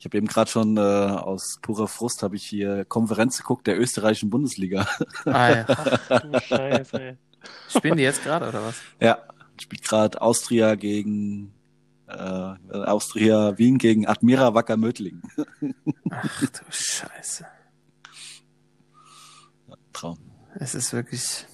Ich habe eben gerade schon aus purer Frust habe ich hier Konferenz geguckt der österreichischen Bundesliga. Ah ja. Ach du Scheiße, ey. Spielen die jetzt gerade, oder was? Ja, spielt gerade Austria gegen Austria Wien gegen Admira Wacker Mödling. Ach du Scheiße. Traum. Es ist wirklich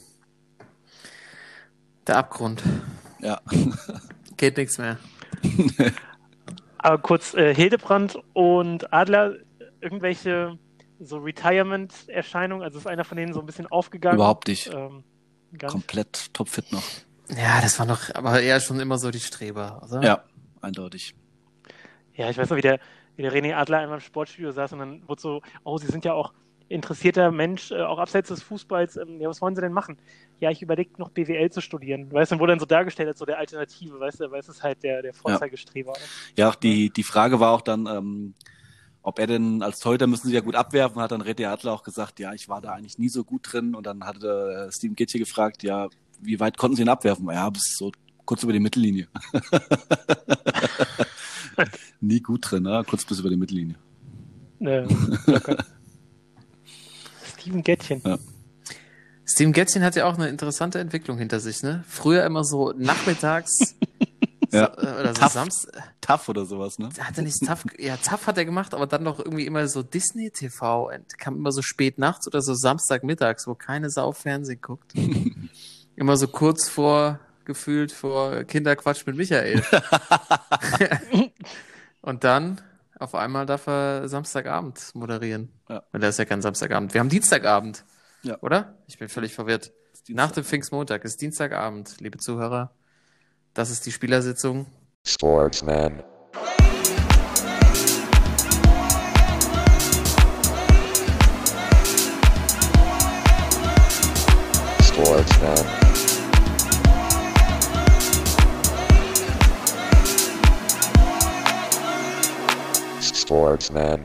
der Abgrund. Ja. Geht nichts mehr. Aber kurz, Hildebrand und Adler, irgendwelche so Retirement-Erscheinungen? Also ist einer von denen so ein bisschen aufgegangen? Überhaupt nicht. Gar nicht. Komplett topfit noch. Ja, das war noch, aber eher schon immer so die Streber, oder? Ja, eindeutig. Ja, ich weiß noch, wie der René Adler einmal im Sportstudio saß und dann wurde so, oh, Sie sind ja auch interessierter Mensch, auch abseits des Fußballs. Ja, was wollen Sie denn machen? Ja, ich überlege noch BWL zu studieren. Weißt du, dann wurde dann so dargestellt als so der Alternative, weißt du, weil es ist halt der Vorzeigestreber. Ja, auch die Frage war auch dann, ob er denn als Torhüter müssen sie ja gut abwerfen, hat dann René Adler auch gesagt, ja, ich war da eigentlich nie so gut drin und dann hatte Steven Getje gefragt, ja, wie weit konnten sie ihn abwerfen? Ja, bis so kurz über die Mittellinie. Nie gut drin, ne? Kurz bis über die Mittellinie. Locker. Steven Gätchen. Ja. Steven Gätchen hat ja auch eine interessante Entwicklung hinter sich, ne? Früher immer so nachmittags Ja. oder so Tough. Samstag. Tough oder sowas, ne? Hat er nicht Tough? Ja, Tough hat er gemacht, aber dann noch irgendwie immer so Disney TV. Kam immer so spät nachts oder so Samstagmittags, wo keine Sau Fernsehen guckt. Immer so kurz vor Kinderquatsch mit Michael. Und dann auf einmal darf er Samstagabend moderieren. Ja. Und das ist ja kein Samstagabend. Wir haben Dienstagabend, Ja. oder? Ich bin völlig verwirrt. Dienstag. Nach dem Pfingstmontag ist Dienstagabend, liebe Zuhörer. Das ist die Spielersitzung. Sportsman. Sportsman. Sportsman.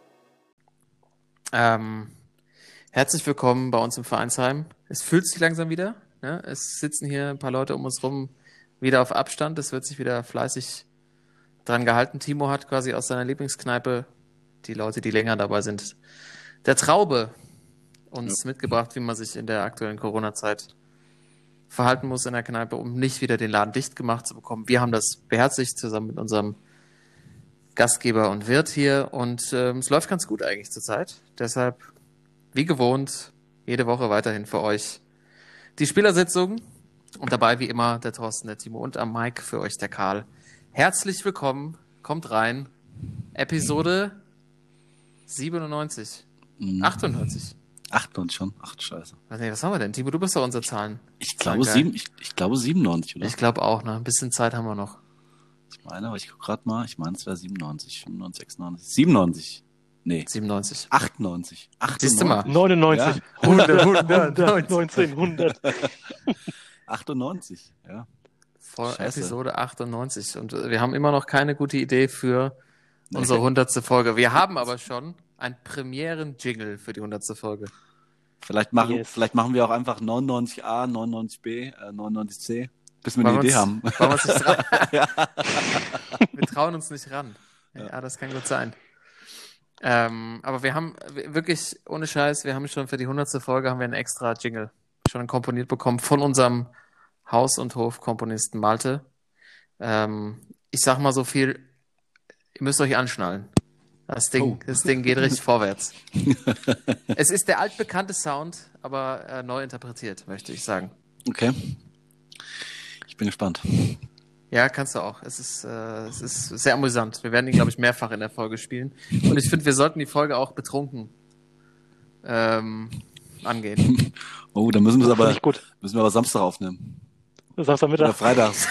Herzlich willkommen bei uns im Vereinsheim. Es fühlt sich langsam wieder. Ne? Es sitzen hier ein paar Leute um uns rum wieder auf Abstand. Es wird sich wieder fleißig dran gehalten. Timo hat quasi aus seiner Lieblingskneipe, die Leute, die länger dabei sind, der Traube uns mitgebracht, wie man sich in der aktuellen Corona-Zeit verhalten muss in der Kneipe, um nicht wieder den Laden dicht gemacht zu bekommen. Wir haben das beherzigt zusammen mit unserem Gastgeber und Wirt hier und es läuft ganz gut eigentlich zurzeit. Deshalb, wie gewohnt, jede Woche weiterhin für euch die Spielersitzung und dabei wie immer der Thorsten, der Timo und am Mike für euch der Karl. Herzlich willkommen, kommt rein. Episode 97, 98. 98 schon. Ach, scheiße. Was haben wir denn? Timo, du bist doch unser Zahlen. Ich glaube 97, oder? Ich glaube auch, ne? Ein bisschen Zeit haben wir noch. Ich meine, aber ich gucke gerade mal. Ich meine, es wäre 97, 95, 96. 97. Nee. 97. 98. Siehst du mal. 99, Ja. 100, 19, 100. 98, ja. Vor Scheiße. Episode 98. Und wir haben immer noch keine gute Idee für unsere 100. Folge. Wir haben aber schon ein Premieren-Jingle für die 100. Folge. Vielleicht machen Yes. wir auch einfach 99a, 99b, 99c, bis wir Wollen eine Idee wir haben. uns- wollen wir uns nicht trauen? Wir trauen uns nicht ran. Ja, das kann gut sein. Aber wir haben wirklich, ohne Scheiß, wir haben schon für die 100. Folge haben wir einen extra Jingle schon komponiert bekommen von unserem Haus- und Hof-Komponisten Malte. Ich sag mal so viel, ihr müsst euch anschnallen. Das Ding geht richtig vorwärts. Es ist der altbekannte Sound, aber neu interpretiert, möchte ich sagen. Okay. Ich bin gespannt. Ja, kannst du auch. Es ist sehr amüsant. Wir werden ihn, glaube ich, mehrfach in der Folge spielen. Und ich finde, wir sollten die Folge auch betrunken angehen. Oh, dann müssen wir Finde ich gut. aber Samstag aufnehmen. Oder Samstagmittag. freitags.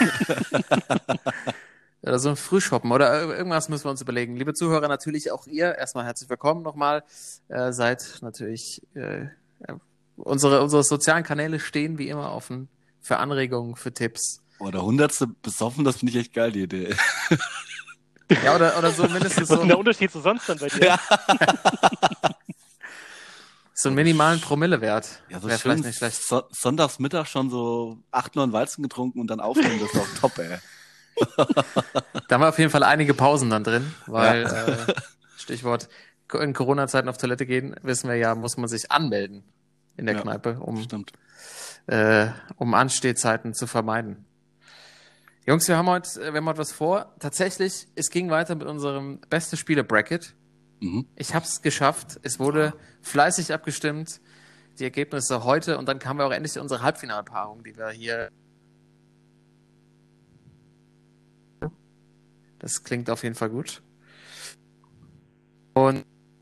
Oder so ein Frühschoppen oder irgendwas müssen wir uns überlegen. Liebe Zuhörer, natürlich auch ihr. Erstmal herzlich willkommen nochmal. Seid natürlich unsere sozialen Kanäle stehen wie immer offen für Anregungen, für Tipps. Oh, der 100. besoffen, das finde ich echt geil, die Idee. Ja, oder so mindestens Was ist so, denn der Unterschied zu sonst dann bei dir? Ja. so einen minimalen Promillewert. Ja, so Wäre schön vielleicht nicht schlecht. Sonntagsmittag schon so 8, 9 Weizen getrunken und dann aufnehmen, das ist doch top, ey. Da haben wir auf jeden Fall einige Pausen dann drin, weil Stichwort in Corona-Zeiten auf Toilette gehen, wissen wir ja, muss man sich anmelden in der Kneipe, Stimmt. um Anstehzeiten zu vermeiden. Jungs, wir haben heute was vor. Tatsächlich, es ging weiter mit unserem beste Spiele-Bracket. Ich habe es geschafft. Es wurde fleißig abgestimmt. Die Ergebnisse heute und dann kamen wir auch endlich zu unserer Halbfinalpaarung, die wir hier. Das klingt auf jeden Fall gut. Und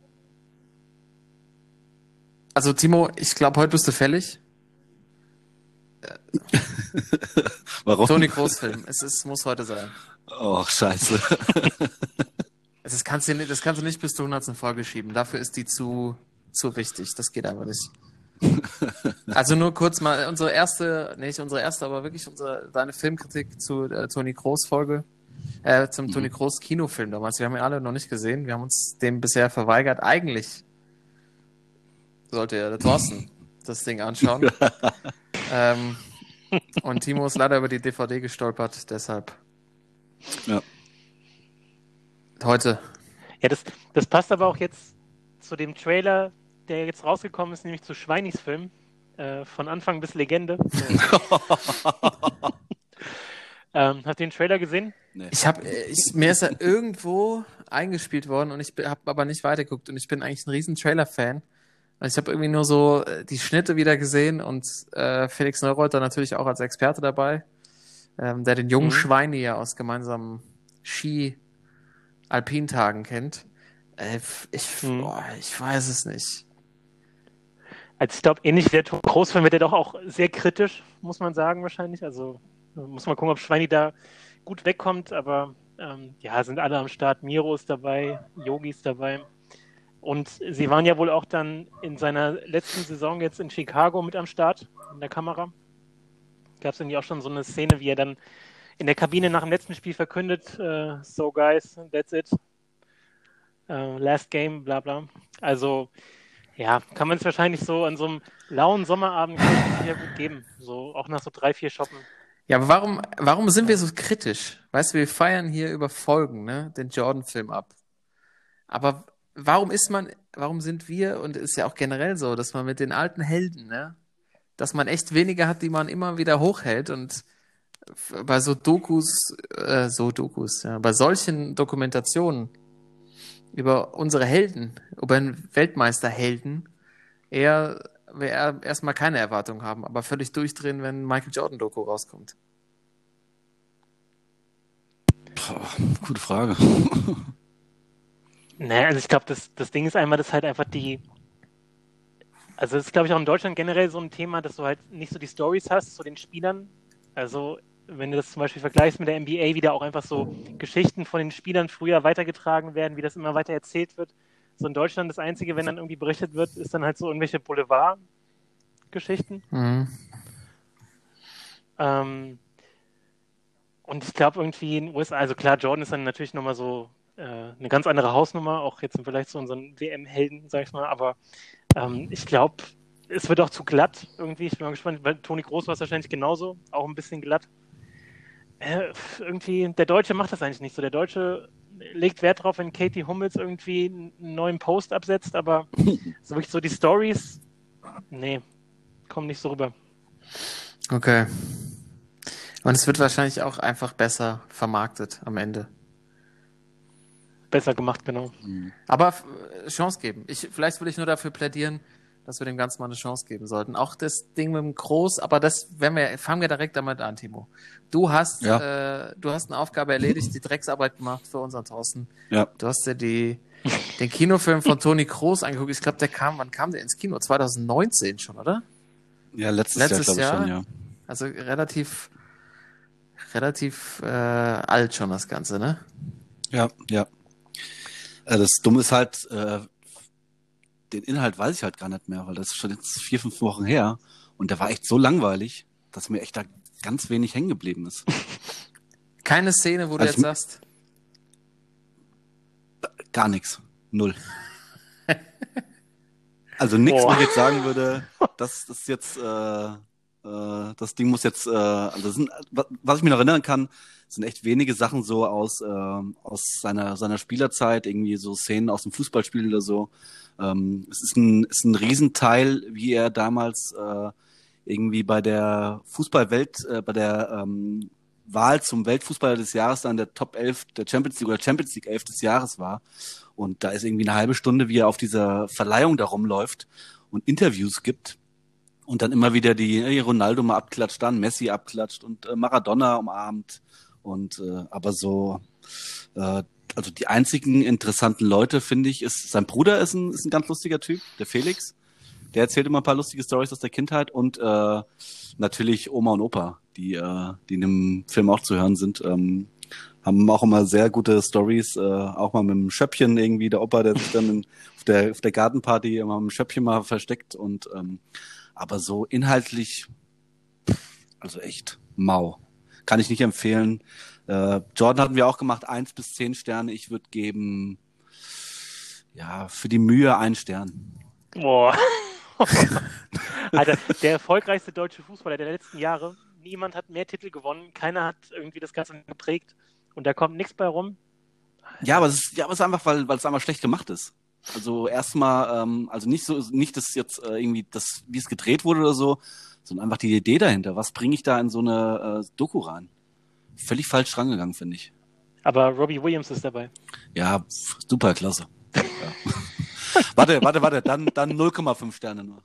also Timo, ich glaube, heute bist du fällig. Warum? Toni Kroos-Film. Muss heute sein. Oh, scheiße. Das kannst du nicht bis zur 100. Folge schieben. Dafür ist die zu wichtig. Das geht einfach nicht. Also nur kurz mal aber wirklich deine Filmkritik zu Toni Kroos Folge, zum Toni Kroos Kinofilm damals. Wir haben ihn alle noch nicht gesehen. Wir haben uns dem bisher verweigert. Eigentlich sollte ja der Thorsten das Ding anschauen. Und Timo ist leider über die DVD gestolpert, deshalb. Ja. Heute. Ja, das passt aber auch jetzt zu dem Trailer, der jetzt rausgekommen ist, nämlich zu Schweinis Film. Von Anfang bis Legende. Habt ihr den Trailer gesehen? Nee. Mir ist er irgendwo eingespielt worden und ich habe aber nicht weitergeguckt und ich bin eigentlich ein riesen Trailer-Fan. Ich habe irgendwie nur so die Schnitte wieder gesehen und Felix Neureuter natürlich auch als Experte dabei, der den jungen Schweini ja aus gemeinsamen Ski-Alpintagen kennt. Ich weiß es nicht. Also ich glaube, ähnlich wie der Großfilm wird er doch auch sehr kritisch, muss man sagen wahrscheinlich. Also muss man gucken, ob Schweini da gut wegkommt, aber sind alle am Start. Miro ist dabei, Yogi ist dabei. Und sie waren ja wohl auch dann in seiner letzten Saison jetzt in Chicago mit am Start, in der Kamera. Gab es irgendwie auch schon so eine Szene, wie er dann in der Kabine nach dem letzten Spiel verkündet, so guys, that's it. Last game, bla bla. Also, ja, kann man es wahrscheinlich so an so einem lauen Sommerabend sehr gut geben. So, auch nach so 3-4 Shoppen. Ja, aber warum sind wir so kritisch? Weißt du, wir feiern hier über Folgen, ne, den Jordan-Film ab. Aber warum sind wir, und ist ja auch generell so, dass man mit den alten Helden, ne, dass man echt wenige hat, die man immer wieder hochhält und bei so Dokus, bei solchen Dokumentationen über unsere Helden, über einen Weltmeisterhelden, wir erstmal keine Erwartung haben, aber völlig durchdrehen, wenn Michael Jordan-Doku rauskommt. Gute Frage. Naja, also ich glaube, das Ding ist einmal, dass halt einfach also das ist, glaube ich, auch in Deutschland generell so ein Thema, dass du halt nicht so die Storys hast zu den Spielern. Also wenn du das zum Beispiel vergleichst mit der NBA, wie da auch einfach so Geschichten von den Spielern früher weitergetragen werden, wie das immer weiter erzählt wird. So in Deutschland das Einzige, wenn dann irgendwie berichtet wird, ist dann halt so irgendwelche Boulevard-Geschichten. Mhm. Und ich glaube irgendwie in den USA, also klar, Jordan ist dann natürlich nochmal so eine ganz andere Hausnummer, auch jetzt im Vergleich zu unseren WM-Helden, sag ich mal, aber ich glaube, es wird auch zu glatt irgendwie. Ich bin mal gespannt, weil Toni Kroos war es wahrscheinlich genauso, auch ein bisschen glatt. Irgendwie, der Deutsche macht das eigentlich nicht so. Der Deutsche legt Wert drauf, wenn Katie Hummels irgendwie einen neuen Post absetzt, aber so wirklich so die Stories, nee, kommen nicht so rüber. Okay. Und es wird wahrscheinlich auch einfach besser vermarktet am Ende. Besser gemacht, genau. Aber Chance geben. Vielleicht würde ich nur dafür plädieren, dass wir dem Ganzen mal eine Chance geben sollten. Auch das Ding mit dem Groß, aber fangen wir direkt damit an, Timo. Du hast eine Aufgabe erledigt, die Drecksarbeit gemacht für unseren Thorsten. Ja. Du hast dir den Kinofilm von Toni Kroos angeguckt. Ich glaube, wann kam der ins Kino? 2019 schon, oder? Ja, letztes Jahr, glaube ich schon, ja. Also relativ alt schon das Ganze, ne? Ja. Das Dumme ist halt, den Inhalt weiß ich halt gar nicht mehr, weil das ist schon jetzt 4-5 Wochen her und der war echt so langweilig, dass mir echt da ganz wenig hängen geblieben ist. Keine Szene, wo du jetzt sagst? Gar nichts. 0. Also nichts, wo ich jetzt sagen würde, das ist jetzt, Das Ding muss jetzt, also was ich mir noch erinnern kann, sind echt wenige Sachen so aus seiner Spielerzeit, irgendwie so Szenen aus dem Fußballspiel oder so. Es ist ein Riesenteil, wie er damals irgendwie bei der bei der Wahl zum Weltfußballer des Jahres dann der Top 11 der Champions League oder Champions League 11 des Jahres war. Und da ist irgendwie eine halbe Stunde, wie er auf dieser Verleihung da rumläuft und Interviews gibt. Und dann immer wieder die Ronaldo mal abklatscht, dann Messi abklatscht und Maradona umarmt. Und aber so, also die einzigen interessanten Leute, finde ich, ist sein Bruder ist ein ganz lustiger Typ, der Felix. Der erzählt immer ein paar lustige Storys aus der Kindheit und natürlich Oma und Opa, die in dem Film auch zu hören sind, haben auch immer sehr gute Stories, auch mal mit dem Schöppchen irgendwie, der Opa, der sich dann auf der Gartenparty immer mit dem Schöppchen mal versteckt und aber so inhaltlich, also echt mau. Kann ich nicht empfehlen. Jordan hatten wir auch gemacht, 1 bis 10 Sterne. Ich würde geben, ja, für die Mühe 1 Stern. Boah. Alter, der erfolgreichste deutsche Fußballer der letzten Jahre. Niemand hat mehr Titel gewonnen. Keiner hat irgendwie das Ganze geprägt. Und da kommt nichts bei rum. Ja, aber es ist einfach, weil es einfach schlecht gemacht ist. Also erstmal, also nicht das jetzt irgendwie das, wie es gedreht wurde oder so, sondern einfach die Idee dahinter. Was bringe ich da in so eine Doku rein? Völlig falsch rangegangen, finde ich. Aber Robbie Williams ist dabei. Ja, super klasse. Ja. Warte, dann 0,5 Sterne nur.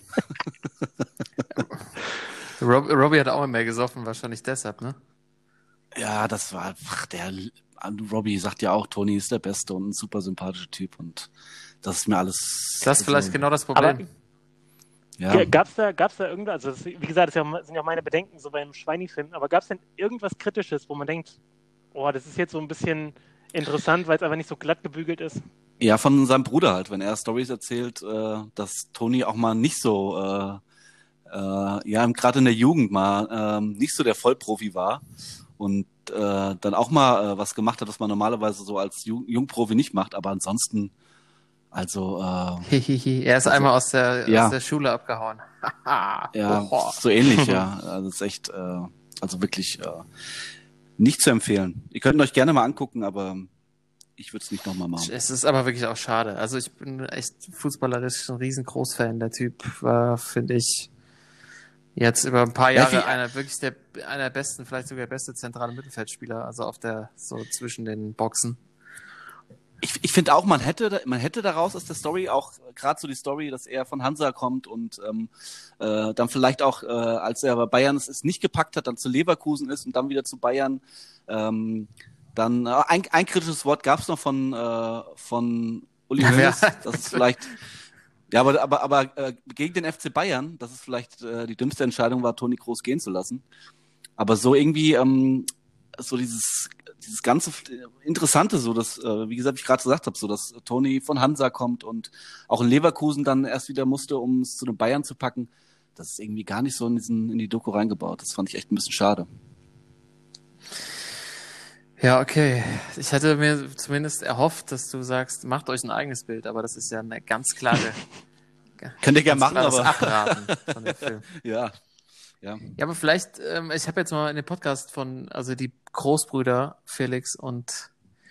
Robbie hat auch mehr gesoffen, wahrscheinlich deshalb, ne? Ja, das war Robbie sagt ja auch, Toni ist der Beste und ein super sympathischer Typ und das ist mir alles. Das ist vielleicht genau das Problem. Aber ja. gab's da irgendwas, also wie gesagt, das sind ja meine Bedenken so beim Schweini-Film, aber gab's denn irgendwas Kritisches, wo man denkt, oh, das ist jetzt so ein bisschen interessant, weil es einfach nicht so glatt gebügelt ist? Ja, von seinem Bruder halt, wenn er Storys erzählt, dass Toni auch mal nicht so, ja, gerade in der Jugend mal nicht so der Vollprofi war und dann auch mal was gemacht hat, was man normalerweise so als Jungprofi nicht macht, aber ansonsten, also er ist einmal aus der Schule abgehauen. Ja, so ähnlich, ja. Also es ist echt, also wirklich nicht zu empfehlen. Ihr könnt euch gerne mal angucken, aber ich würde es nicht nochmal machen. Es ist aber wirklich auch schade. Also ich bin echt fußballerisch ein riesen Großfan. Der Typ war, finde ich, jetzt über ein paar Jahre einer der besten, vielleicht sogar der beste zentrale Mittelfeldspieler, also so zwischen den Boxen. Ich finde auch, man hätte daraus aus der Story auch gerade so die Story, dass er von Hansa kommt und dann vielleicht auch, als er bei Bayern es nicht gepackt hat, dann zu Leverkusen ist und dann wieder zu Bayern. Dann ein kritisches Wort gab es noch von Uli Hoeneß, das ist vielleicht. Ja, aber gegen den FC Bayern, das ist vielleicht die dümmste Entscheidung war, Toni Kroos gehen zu lassen. Aber so irgendwie so dieses ganze Interessante, so dass, wie gesagt, ich gerade gesagt habe, so dass Toni von Hansa kommt und auch in Leverkusen dann erst wieder musste, um es zu den Bayern zu packen, das ist irgendwie gar nicht so in die Doku reingebaut. Das fand ich echt ein bisschen schade. Ja, okay. Ich hätte mir zumindest erhofft, dass du sagst, macht euch ein eigenes Bild, aber das ist ja eine ganz klare Könnt ihr gerne machen, aber Abraten von dem Film. Ja, aber vielleicht, ich habe jetzt mal in dem Podcast also die Großbrüder Felix und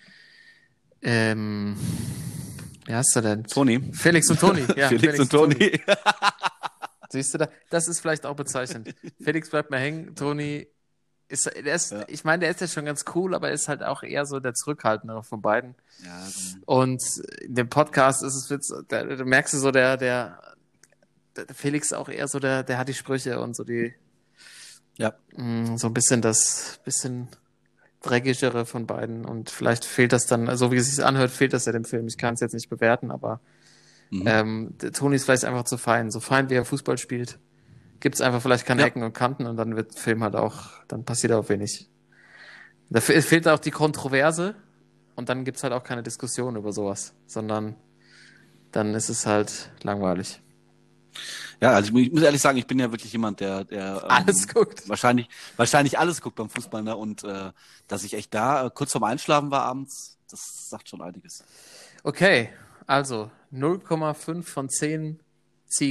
wie heißt er denn? Toni. Felix und Toni. Ja, Felix und Toni. Siehst du da? Das ist vielleicht auch bezeichnend. Felix bleibt mal hängen, Toni ich meine, der ist ja schon ganz cool, aber er ist halt auch eher so der Zurückhaltendere von beiden. Ja, und in dem Podcast ist es jetzt, da merkst du so, der Felix auch eher so, der hat die Sprüche und so die, so ein bisschen bisschen dreckigere von beiden und vielleicht fehlt das dann, so wie es sich anhört, fehlt das ja dem Film. Ich kann es jetzt nicht bewerten, aber der Toni ist vielleicht einfach zu fein. So fein, wie er Fußball spielt, gibt es einfach vielleicht keine Ecken und Kanten und dann wird der Film halt auch, dann passiert auch wenig. Da fehlt auch die Kontroverse und dann gibt es halt auch keine Diskussion über sowas, sondern dann ist es halt langweilig. Ja, also ich muss ehrlich sagen, ich bin ja wirklich jemand, der alles guckt. Wahrscheinlich alles guckt beim Fußball, ne? Und dass ich echt da kurz vorm Einschlafen war abends, das sagt schon einiges. Okay, also 0,5 von 10 Ziegen.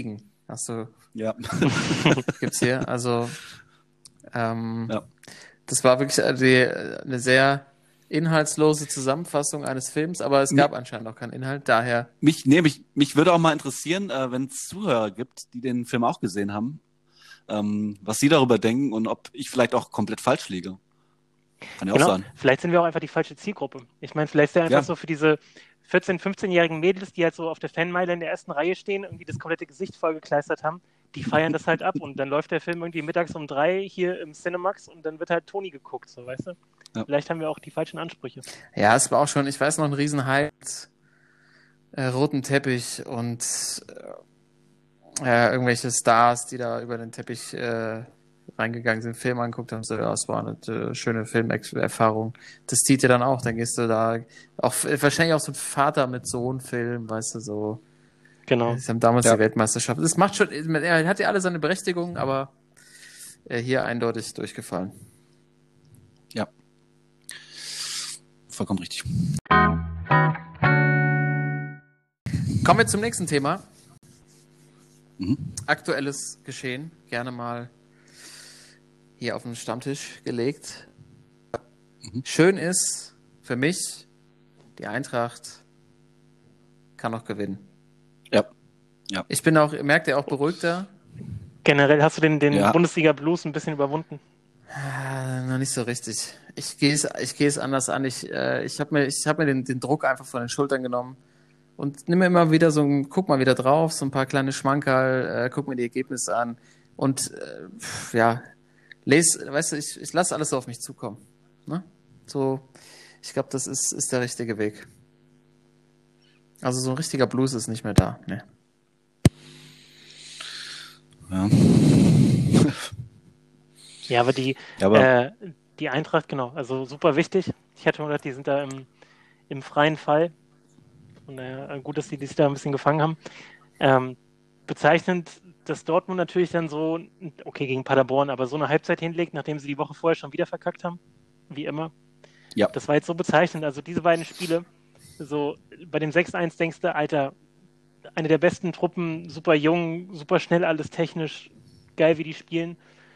Hast du, Ja. gibt's hier. Also, Ja. das war wirklich eine sehr inhaltslose Zusammenfassung eines Films, aber es gab anscheinend auch keinen Inhalt, daher. Mich würde auch mal interessieren, wenn es Zuhörer gibt, die den Film auch gesehen haben, was sie darüber denken und ob ich vielleicht auch komplett falsch liege. Kann ja auch Genau, sein. vielleicht sind wir auch einfach die falsche Zielgruppe. Ich meine, vielleicht ist er einfach Ja. so für diese 14-, 15-jährigen Mädels, die halt so auf der Fanmeile in der ersten Reihe stehen, irgendwie das komplette Gesicht vollgekleistert haben, die feiern das halt ab und dann läuft der Film irgendwie mittags um 3 hier im Cinemax und dann wird halt Toni geguckt, so, weißt du? Ja. Vielleicht haben wir auch die falschen Ansprüche. Ja, es war auch schon, ich weiß noch, ein Riesenhype, roten Teppich und irgendwelche Stars, die da über den Teppich reingegangen sind, Film angeguckt haben, so, ja, es war eine schöne Filmerfahrung. Das zieht dir dann auch, dann gehst du da, auch wahrscheinlich auch so ein Vater mit Sohn-Film, weißt du, so. Genau. Sie haben damals Ja. die Weltmeisterschaft. Das macht schon, er hat ja alle seine Berechtigung, aber hier eindeutig durchgefallen. Ja. Vollkommen richtig. Kommen wir zum nächsten Thema. Mhm. Aktuelles Geschehen, gerne mal hier auf den Stammtisch gelegt. Schön ist für mich, die Eintracht kann noch gewinnen. Ja. Ja. Ich bin auch, merkt ihr, auch beruhigter. Generell hast du den Ja. Bundesliga-Blues ein bisschen überwunden. Noch nicht so richtig. Ich gehe es anders an. Ich habe mir den Druck einfach von den Schultern genommen und nimm mir immer wieder guck mal wieder drauf, so ein paar kleine Schmankerl, guck mir die Ergebnisse an und weißt du, ich lasse alles so auf mich zukommen. Ne? So, ich glaube, das ist der richtige Weg. Also so ein richtiger Blues ist nicht mehr da. Ne. Ja. Ja, aber die Eintracht, genau, also super wichtig. Ich hatte schon gedacht, die sind da im freien Fall. Von daher gut, dass die sich da ein bisschen gefangen haben. Bezeichnend, dass Dortmund natürlich dann so, okay, gegen Paderborn, aber so eine Halbzeit hinlegt, nachdem sie die Woche vorher schon wieder verkackt haben, wie immer. Ja. Das war jetzt so bezeichnend. Also diese beiden Spiele, so bei dem 6-1 denkst du, Alter, eine der besten Truppen, super jung, super schnell, alles technisch, geil, wie die spielen.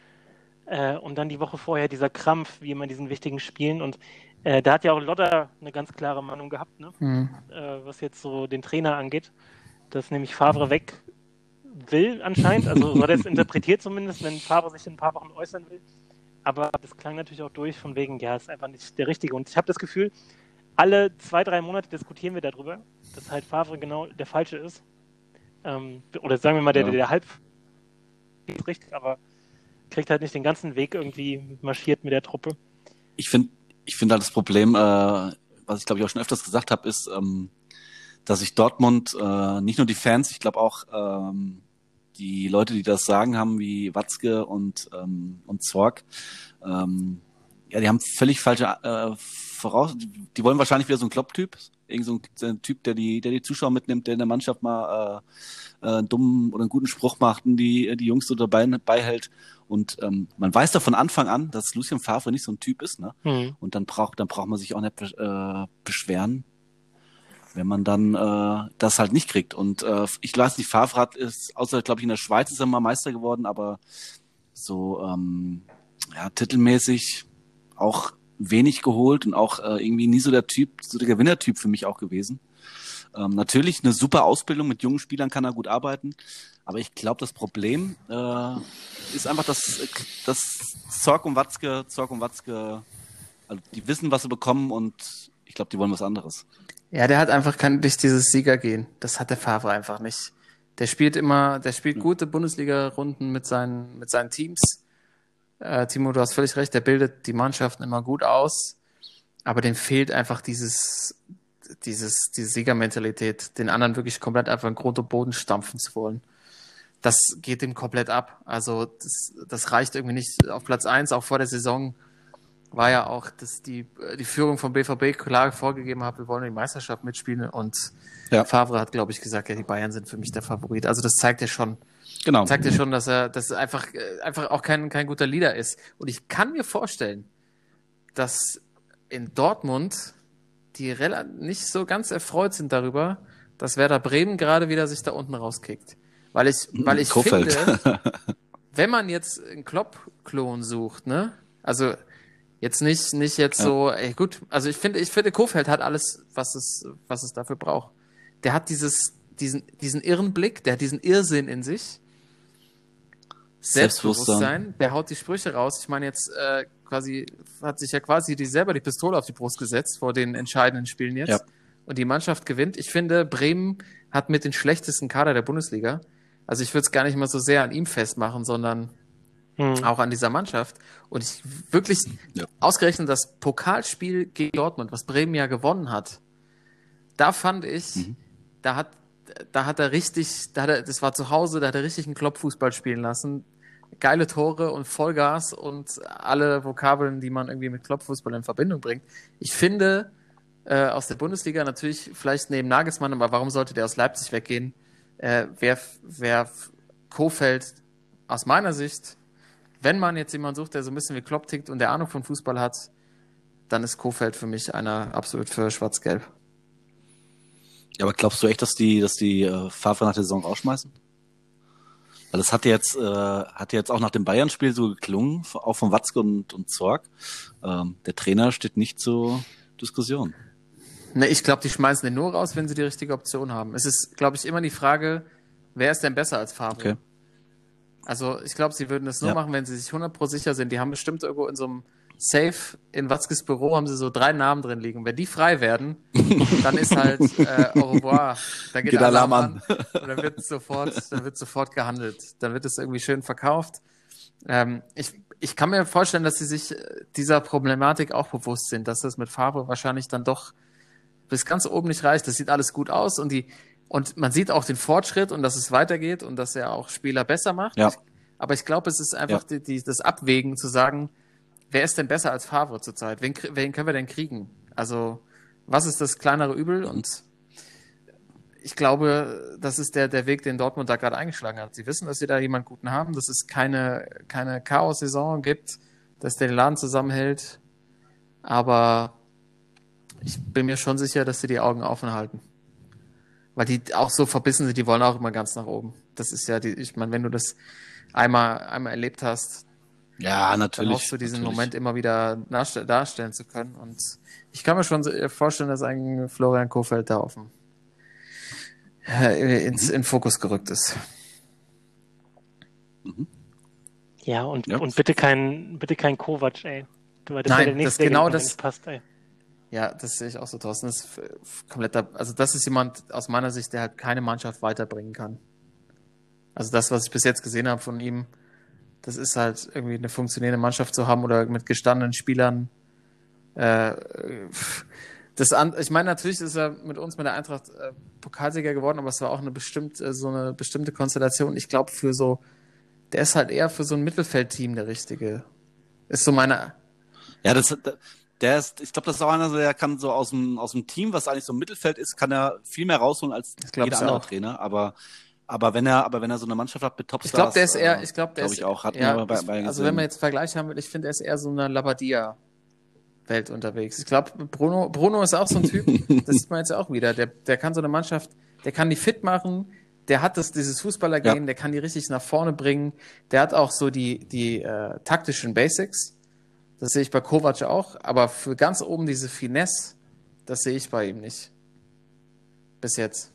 Und dann die Woche vorher dieser Krampf, wie immer in diesen wichtigen Spielen. Und da hat ja auch Lotter eine ganz klare Meinung gehabt, ne? Was jetzt so den Trainer angeht, dass nämlich Favre weg will anscheinend. Also so hat er es interpretiert zumindest, wenn Favre sich in ein paar Wochen äußern will. Aber das klang natürlich auch durch von wegen, ja, ist einfach nicht der Richtige. Und ich habe das Gefühl, alle 2-3 Monate diskutieren wir darüber, dass halt Favre genau der Falsche ist. Oder sagen wir mal, der halb ist richtig, aber kriegt halt nicht den ganzen Weg irgendwie marschiert mit der Truppe. Ich finde halt das Problem, was ich glaube ich auch schon öfters gesagt habe, ist, dass sich Dortmund, nicht nur die Fans, ich glaube auch die Leute, die das sagen haben, wie Watzke und Zorc, die haben völlig falsche die wollen wahrscheinlich wieder so einen Klopp-Typ, irgend so ein Typ, der die Zuschauer mitnimmt, der in der Mannschaft mal einen dummen oder einen guten Spruch macht und die Jungs so dabei beihält. Und man weiß doch von Anfang an, dass Lucien Favre nicht so ein Typ ist, ne? Mhm. Und dann braucht man sich auch nicht beschweren, wenn man dann das halt nicht kriegt. Und ich weiß nicht, Favre ist, außer glaube ich in der Schweiz ist er mal Meister geworden, aber so titelmäßig auch wenig geholt und auch irgendwie nie so der Gewinnertyp für mich auch gewesen. Natürlich eine super Ausbildung, mit jungen Spielern kann er gut arbeiten, aber ich glaube, das Problem ist einfach, dass Zorc und Watzke, also die wissen, was sie bekommen und ich glaube, die wollen was anderes. Ja, der hat einfach nicht dieses Siegergehen. Das hat der Favre einfach nicht. Der spielt gute Bundesliga-Runden mit seinen Teams. Timo, du hast völlig recht, der bildet die Mannschaften immer gut aus, aber dem fehlt einfach diese Siegermentalität, den anderen wirklich komplett einfach in Grund und Boden stampfen zu wollen. Das geht ihm komplett ab. Also das reicht irgendwie nicht. Auf Platz 1, auch vor der Saison, war ja auch, dass die Führung vom BVB klar vorgegeben hat, wir wollen die Meisterschaft mitspielen und Favre hat, glaube ich, gesagt, ja, die Bayern sind für mich der Favorit. Also das zeigt ja schon, dass er einfach auch kein guter Leader ist. Und ich kann mir vorstellen, dass in Dortmund die nicht so ganz erfreut sind darüber, dass Werder Bremen gerade wieder sich da unten rauskickt. weil ich Kofeld. finde, wenn man jetzt einen Klopp-Klon sucht, ne? Also jetzt nicht jetzt so, ey, gut, also ich finde, Kofeld hat alles, was es dafür braucht. Der hat diesen irren Blick, der hat diesen Irrsinn in sich. Selbstbewusstsein, der haut die Sprüche raus. Ich meine, jetzt hat sich ja quasi selber die Pistole auf die Brust gesetzt vor den entscheidenden Spielen jetzt. Ja. Und die Mannschaft gewinnt. Ich finde, Bremen hat mit den schlechtesten Kader der Bundesliga. Also ich würde es gar nicht mal so sehr an ihm festmachen, sondern auch an dieser Mannschaft. Und ich wirklich ausgerechnet das Pokalspiel gegen Dortmund, was Bremen ja gewonnen hat, da fand ich, das war zu Hause, da hat er richtig einen Klopp-Fußball spielen lassen. Geile Tore und Vollgas und alle Vokabeln, die man irgendwie mit Klopp-Fußball in Verbindung bringt. Ich finde, aus der Bundesliga natürlich vielleicht neben Nagelsmann, aber warum sollte der aus Leipzig weggehen? Wer Kofeld aus meiner Sicht, wenn man jetzt jemanden sucht, der so ein bisschen wie Klopp tickt und der Ahnung von Fußball hat, dann ist Kofeld für mich einer absolut für Schwarz-Gelb. Ja, aber glaubst du echt, dass die Favre nach der Saison rausschmeißen? Weil das hat jetzt auch nach dem Bayern-Spiel so geklungen, auch von Watzke und Zorg. Der Trainer steht nicht zur Diskussion. Ne, ich glaube, die schmeißen den nur raus, wenn sie die richtige Option haben. Es ist, glaube ich, immer die Frage, wer ist denn besser als Favre? Okay. Also ich glaube, sie würden das nur machen, wenn sie sich 100% sicher sind. Die haben bestimmt irgendwo in so einem Safe in Watzkes Büro haben sie so 3 Namen drin liegen. Wenn die frei werden, dann ist halt au revoir. Dann geht Alarm an und dann wird sofort gehandelt. Dann wird es irgendwie schön verkauft. Ich kann mir vorstellen, dass sie sich dieser Problematik auch bewusst sind, dass das mit Favre wahrscheinlich dann doch bis ganz oben nicht reicht. Das sieht alles gut aus und man sieht auch den Fortschritt und dass es weitergeht und dass er auch Spieler besser macht. Ja. Aber ich glaube, es ist einfach das Abwägen zu sagen, wer ist denn besser als Favre zurzeit? Wen können wir denn kriegen? Also, was ist das kleinere Übel? Und ich glaube, das ist der Weg, den Dortmund da gerade eingeschlagen hat. Sie wissen, dass sie da jemanden Guten haben, dass es keine Chaos-Saison gibt, dass der Laden zusammenhält. Aber ich bin mir schon sicher, dass sie die Augen offen halten. Weil die auch so verbissen sind, die wollen auch immer ganz nach oben. Das ist ja ich meine, wenn du das einmal erlebt hast, ja, natürlich. Dann hoffst du diesen Moment immer wieder darstellen zu können. Und ich kann mir schon vorstellen, dass ein Florian Kofeld da in Fokus gerückt ist. Ja, und bitte kein Kovac, ey. Weil das Nein, der nächste, das genau der das passt, ey. Ja, das sehe ich auch so, Thorsten. Das ist kompletter, also das ist jemand aus meiner Sicht, der halt keine Mannschaft weiterbringen kann. Also das, was ich bis jetzt gesehen habe von ihm, das ist halt irgendwie eine funktionierende Mannschaft zu haben oder mit gestandenen Spielern. Ich meine, natürlich ist er mit uns, mit der Eintracht Pokalsieger geworden, aber es war auch so eine bestimmte Konstellation. Ich glaube, der ist halt eher für so ein Mittelfeldteam der Richtige. Ist so meine. Ja, ich glaube, das ist auch einer, der kann so aus dem Team, was eigentlich so im Mittelfeld ist, kann er viel mehr rausholen als jeder andere Trainer. Aber wenn er so eine Mannschaft hat mit Topstars, also wenn man jetzt Vergleich haben will, ich finde, er ist eher so eine Labadia-Welt unterwegs. Ich glaube, Bruno ist auch so ein Typ, das sieht man jetzt auch wieder, der kann so eine Mannschaft, der kann die fit machen, der hat dieses Fußballergehen, der kann die richtig nach vorne bringen, der hat auch so die taktischen Basics, das sehe ich bei Kovac auch, aber für ganz oben diese Finesse, das sehe ich bei ihm nicht. Bis jetzt.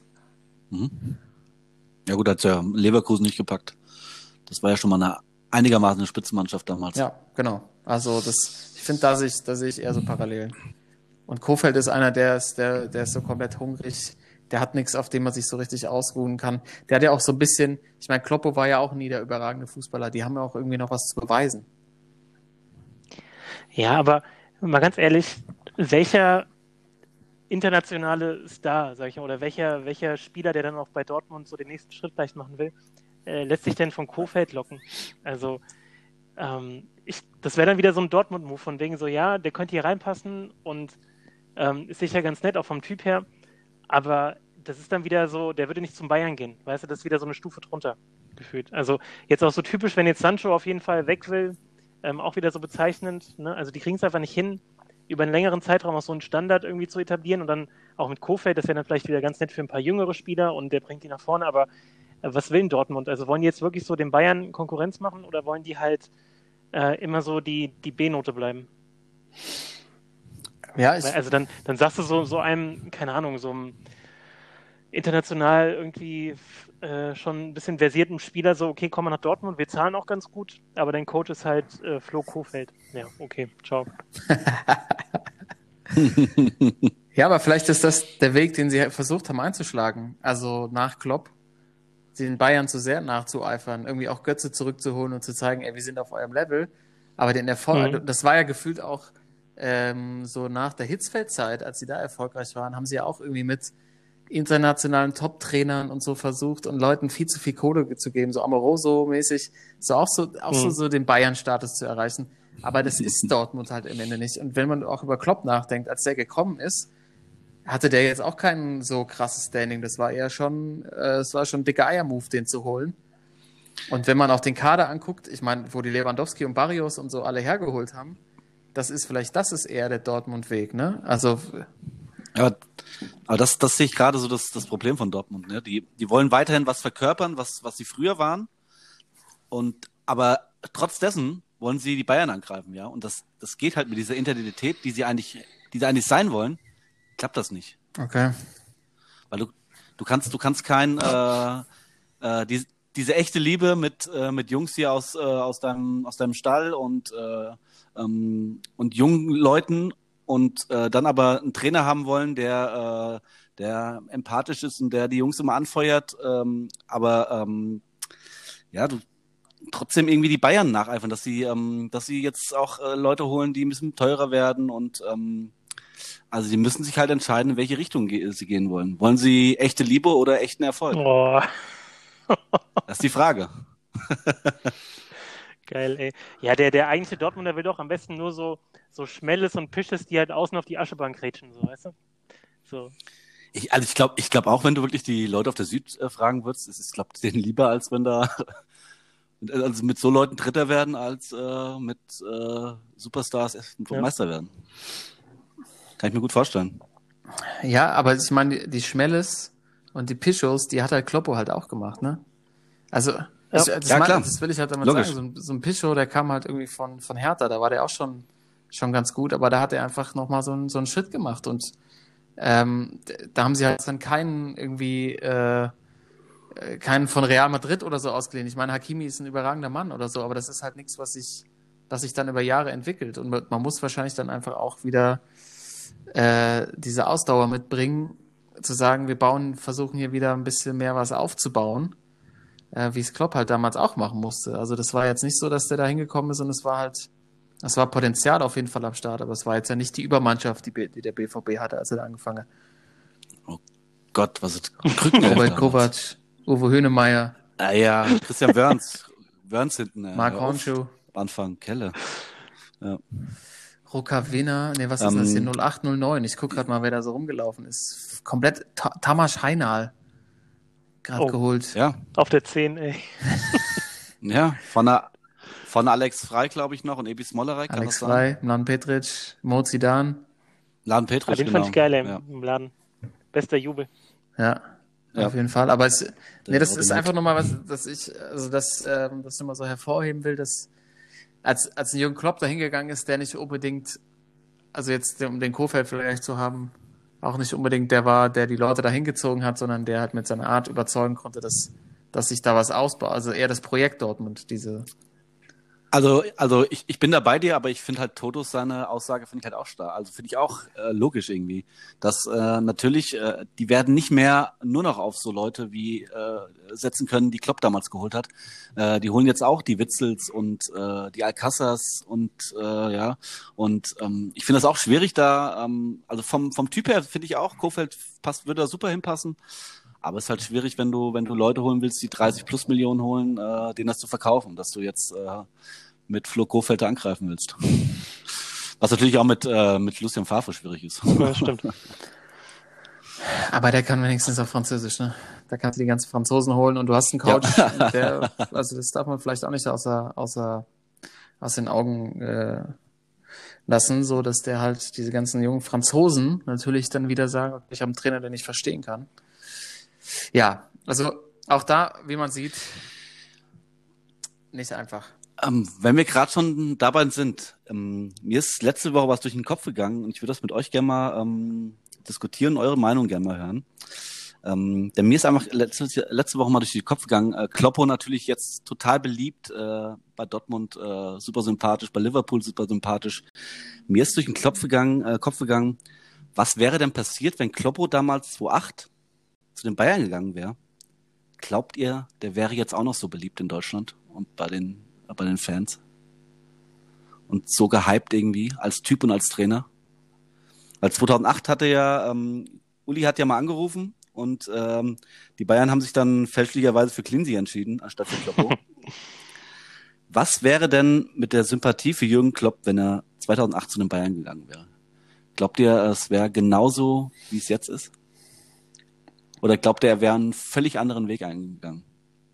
Ja gut, hat ja Leverkusen nicht gepackt. Das war ja schon mal eine einigermaßen Spitzenmannschaft damals. Ja, genau. Also ich finde, da sehe ich eher so Parallelen. Und Kofeld ist einer, der ist so komplett hungrig. Der hat nichts, auf dem man sich so richtig ausruhen kann. Der hat ja auch so ein bisschen, ich meine, Kloppo war ja auch nie der überragende Fußballer. Die haben ja auch irgendwie noch was zu beweisen. Ja, aber mal ganz ehrlich, welcher internationale Star, sag ich mal, oder welcher Spieler, der dann auch bei Dortmund so den nächsten Schritt vielleicht machen will, lässt sich denn von Kofeld locken? Also das wäre dann wieder so ein Dortmund-Move von wegen so, ja, der könnte hier reinpassen und ist sicher ganz nett, auch vom Typ her, aber das ist dann wieder so, der würde nicht zum Bayern gehen, weißt du, das ist wieder so eine Stufe drunter gefühlt. Also jetzt auch so typisch, wenn jetzt Sancho auf jeden Fall weg will, auch wieder so bezeichnend, ne? Also die kriegen es einfach nicht hin, über einen längeren Zeitraum auch so einen Standard irgendwie zu etablieren und dann auch mit Kofeld, das wäre dann vielleicht wieder ganz nett für ein paar jüngere Spieler und der bringt die nach vorne, aber Was will denn Dortmund? Also wollen die jetzt wirklich so den Bayern Konkurrenz machen oder wollen die halt immer so die B-Note bleiben? Ja, Also dann sagst du so einem, keine Ahnung, so einem international irgendwie schon ein bisschen versierten Spieler so, okay, komm mal nach Dortmund, wir zahlen auch ganz gut, aber dein Coach ist halt Flo Kofeld. Ja, okay, ciao. Ja, aber vielleicht ist das der Weg, den sie versucht haben einzuschlagen. Also nach Klopp, den Bayern zu sehr nachzueifern, irgendwie auch Götze zurückzuholen und zu zeigen, ey, wir sind auf eurem Level. Aber den Erfolg, das war ja gefühlt auch so nach der Hitzfeld-Zeit, als sie da erfolgreich waren, haben sie ja auch irgendwie mit internationalen Top-Trainern und so versucht und Leuten viel zu viel Kohle zu geben, so Amoroso-mäßig, so den Bayern-Status zu erreichen. Aber das ist Dortmund halt im Ende nicht. Und wenn man auch über Klopp nachdenkt, als der gekommen ist, hatte der jetzt auch kein so krasses Standing. Das war eher schon, es war schon ein dicker Eier-Move, den zu holen. Und wenn man auch den Kader anguckt, ich meine, wo die Lewandowski und Barrios und so alle hergeholt haben, das ist eher der Dortmund-Weg, ne? Also. Aber das sehe ich gerade so das Problem von Dortmund, ne? Die wollen weiterhin was verkörpern, was sie früher waren. Aber trotz dessen wollen sie die Bayern angreifen, ja? Und das geht halt mit dieser Identität, die sie eigentlich sein wollen, klappt das nicht. Okay. Weil du kannst diese echte Liebe mit Jungs hier aus deinem Stall und jungen Leuten und dann aber einen Trainer haben wollen, der empathisch ist und der die Jungs immer anfeuert, du trotzdem irgendwie die Bayern nacheifern, dass sie jetzt auch Leute holen, die ein bisschen teurer werden und also die müssen sich halt entscheiden, in welche Richtung sie gehen wollen. Wollen sie echte Liebe oder echten Erfolg? Oh. Das ist die Frage. Geil, ey. Ja, der eigentliche Dortmunder will doch am besten nur so Schmelles und Pisches, die halt außen auf die Aschebank rätschen, so, weißt du? So. Ich glaube auch, wenn du wirklich die Leute auf der Süd fragen würdest, ist es, glaube ich, denen lieber, als wenn da also mit so Leuten Dritter werden, als mit Superstars Meister werden. Kann ich mir gut vorstellen. Ja, aber ich meine, die Schmelles und die Pischos, die hat halt Kloppo halt auch gemacht, ne? Also, das will ich halt damit sagen. So ein Pischo, der kam halt irgendwie von Hertha, da war der auch schon ganz gut, aber da hat er einfach nochmal so einen Schritt gemacht und da haben sie halt dann keinen von Real Madrid oder so ausgeliehen. Ich meine, Hakimi ist ein überragender Mann oder so, aber das ist halt nichts, was sich dann über Jahre entwickelt und man muss wahrscheinlich dann einfach auch wieder diese Ausdauer mitbringen, zu sagen, versuchen hier wieder ein bisschen mehr was aufzubauen, wie es Klopp halt damals auch machen musste. Also das war jetzt nicht so, dass der da hingekommen ist und es war Potenzial auf jeden Fall am Start, aber es war jetzt ja nicht die Übermannschaft, die der BVB hatte, als er da angefangen hat. Oh Gott, was ist Robert Kovac, Uwe Hönemeyer. Ah ja, Christian Wörns hinten. Marc Hornschuh. Anfang, Kelle. Ja. Rokavena, was ist das hier? 0809. Ich gucke gerade mal, wer da so rumgelaufen ist. Komplett Tamas Heinal gerade geholt. Ja. Auf der 10, ey. Ja, von Alex Frey, glaube ich, noch und Ebi Smolarek. Alex Frey, Mladen Petric, Mo Zidane. Mladen Petric, den fand ich geil im Laden. Bester Jubel. Ja, auf jeden Fall. Aber das ist einfach nochmal was, dass ich nochmal so hervorheben will, dass als ein Jürgen Klopp da hingegangen ist, der nicht unbedingt, also jetzt um den Kofeld vielleicht zu haben, auch nicht unbedingt der war, der die Leute da hingezogen hat, sondern der halt mit seiner Art überzeugen konnte, dass sich da was ausbaut. Also eher das Projekt Dortmund, diese. Also ich bin da bei dir, aber ich finde halt Totos seine Aussage finde ich halt auch stark. Also finde ich auch logisch irgendwie, dass natürlich die werden nicht mehr nur noch auf so Leute wie setzen können, die Klopp damals geholt hat. Die holen jetzt auch die Witzels und die Alcázars und ich finde das auch schwierig da. Also vom Typ her finde ich auch Kofeld würde da super hinpassen. Aber es ist halt schwierig, wenn du Leute holen willst, die 30 plus Millionen holen, denen das zu verkaufen, dass du jetzt mit Flo Kofeld angreifen willst. Was natürlich auch mit Lucien Favre schwierig ist. Ja, stimmt. Aber der kann wenigstens auf Französisch, ne? Da kannst du die ganzen Franzosen holen und du hast einen Coach, also das darf man vielleicht auch nicht aus den Augen lassen, so dass der halt diese ganzen jungen Franzosen natürlich dann wieder sagen, okay, ich habe einen Trainer, den ich verstehen kann. Ja, also Auch da, wie man sieht, nicht einfach. Wenn wir gerade schon dabei sind, mir ist letzte Woche was durch den Kopf gegangen und ich würde das mit euch gerne mal diskutieren, eure Meinung gerne mal hören. Denn mir ist einfach letzte Woche mal durch den Kopf gegangen, Kloppo natürlich jetzt total beliebt, bei Dortmund super sympathisch, bei Liverpool super sympathisch. Mir ist durch den Kopf gegangen, was wäre denn passiert, wenn Kloppo damals 2008 zu den Bayern gegangen wäre? Glaubt ihr, der wäre jetzt auch noch so beliebt in Deutschland und bei den Fans? Und so gehypt irgendwie als Typ und als Trainer? Weil 2008 hatte ja, Uli hat ja mal angerufen und die Bayern haben sich dann fälschlicherweise für Cleansey entschieden, anstatt für Kloppo. Was wäre denn mit der Sympathie für Jürgen Klopp, wenn er 2008 zu den Bayern gegangen wäre? Glaubt ihr, es wäre genauso, wie es jetzt ist? Oder glaubt ihr, er wäre einen völlig anderen Weg eingegangen?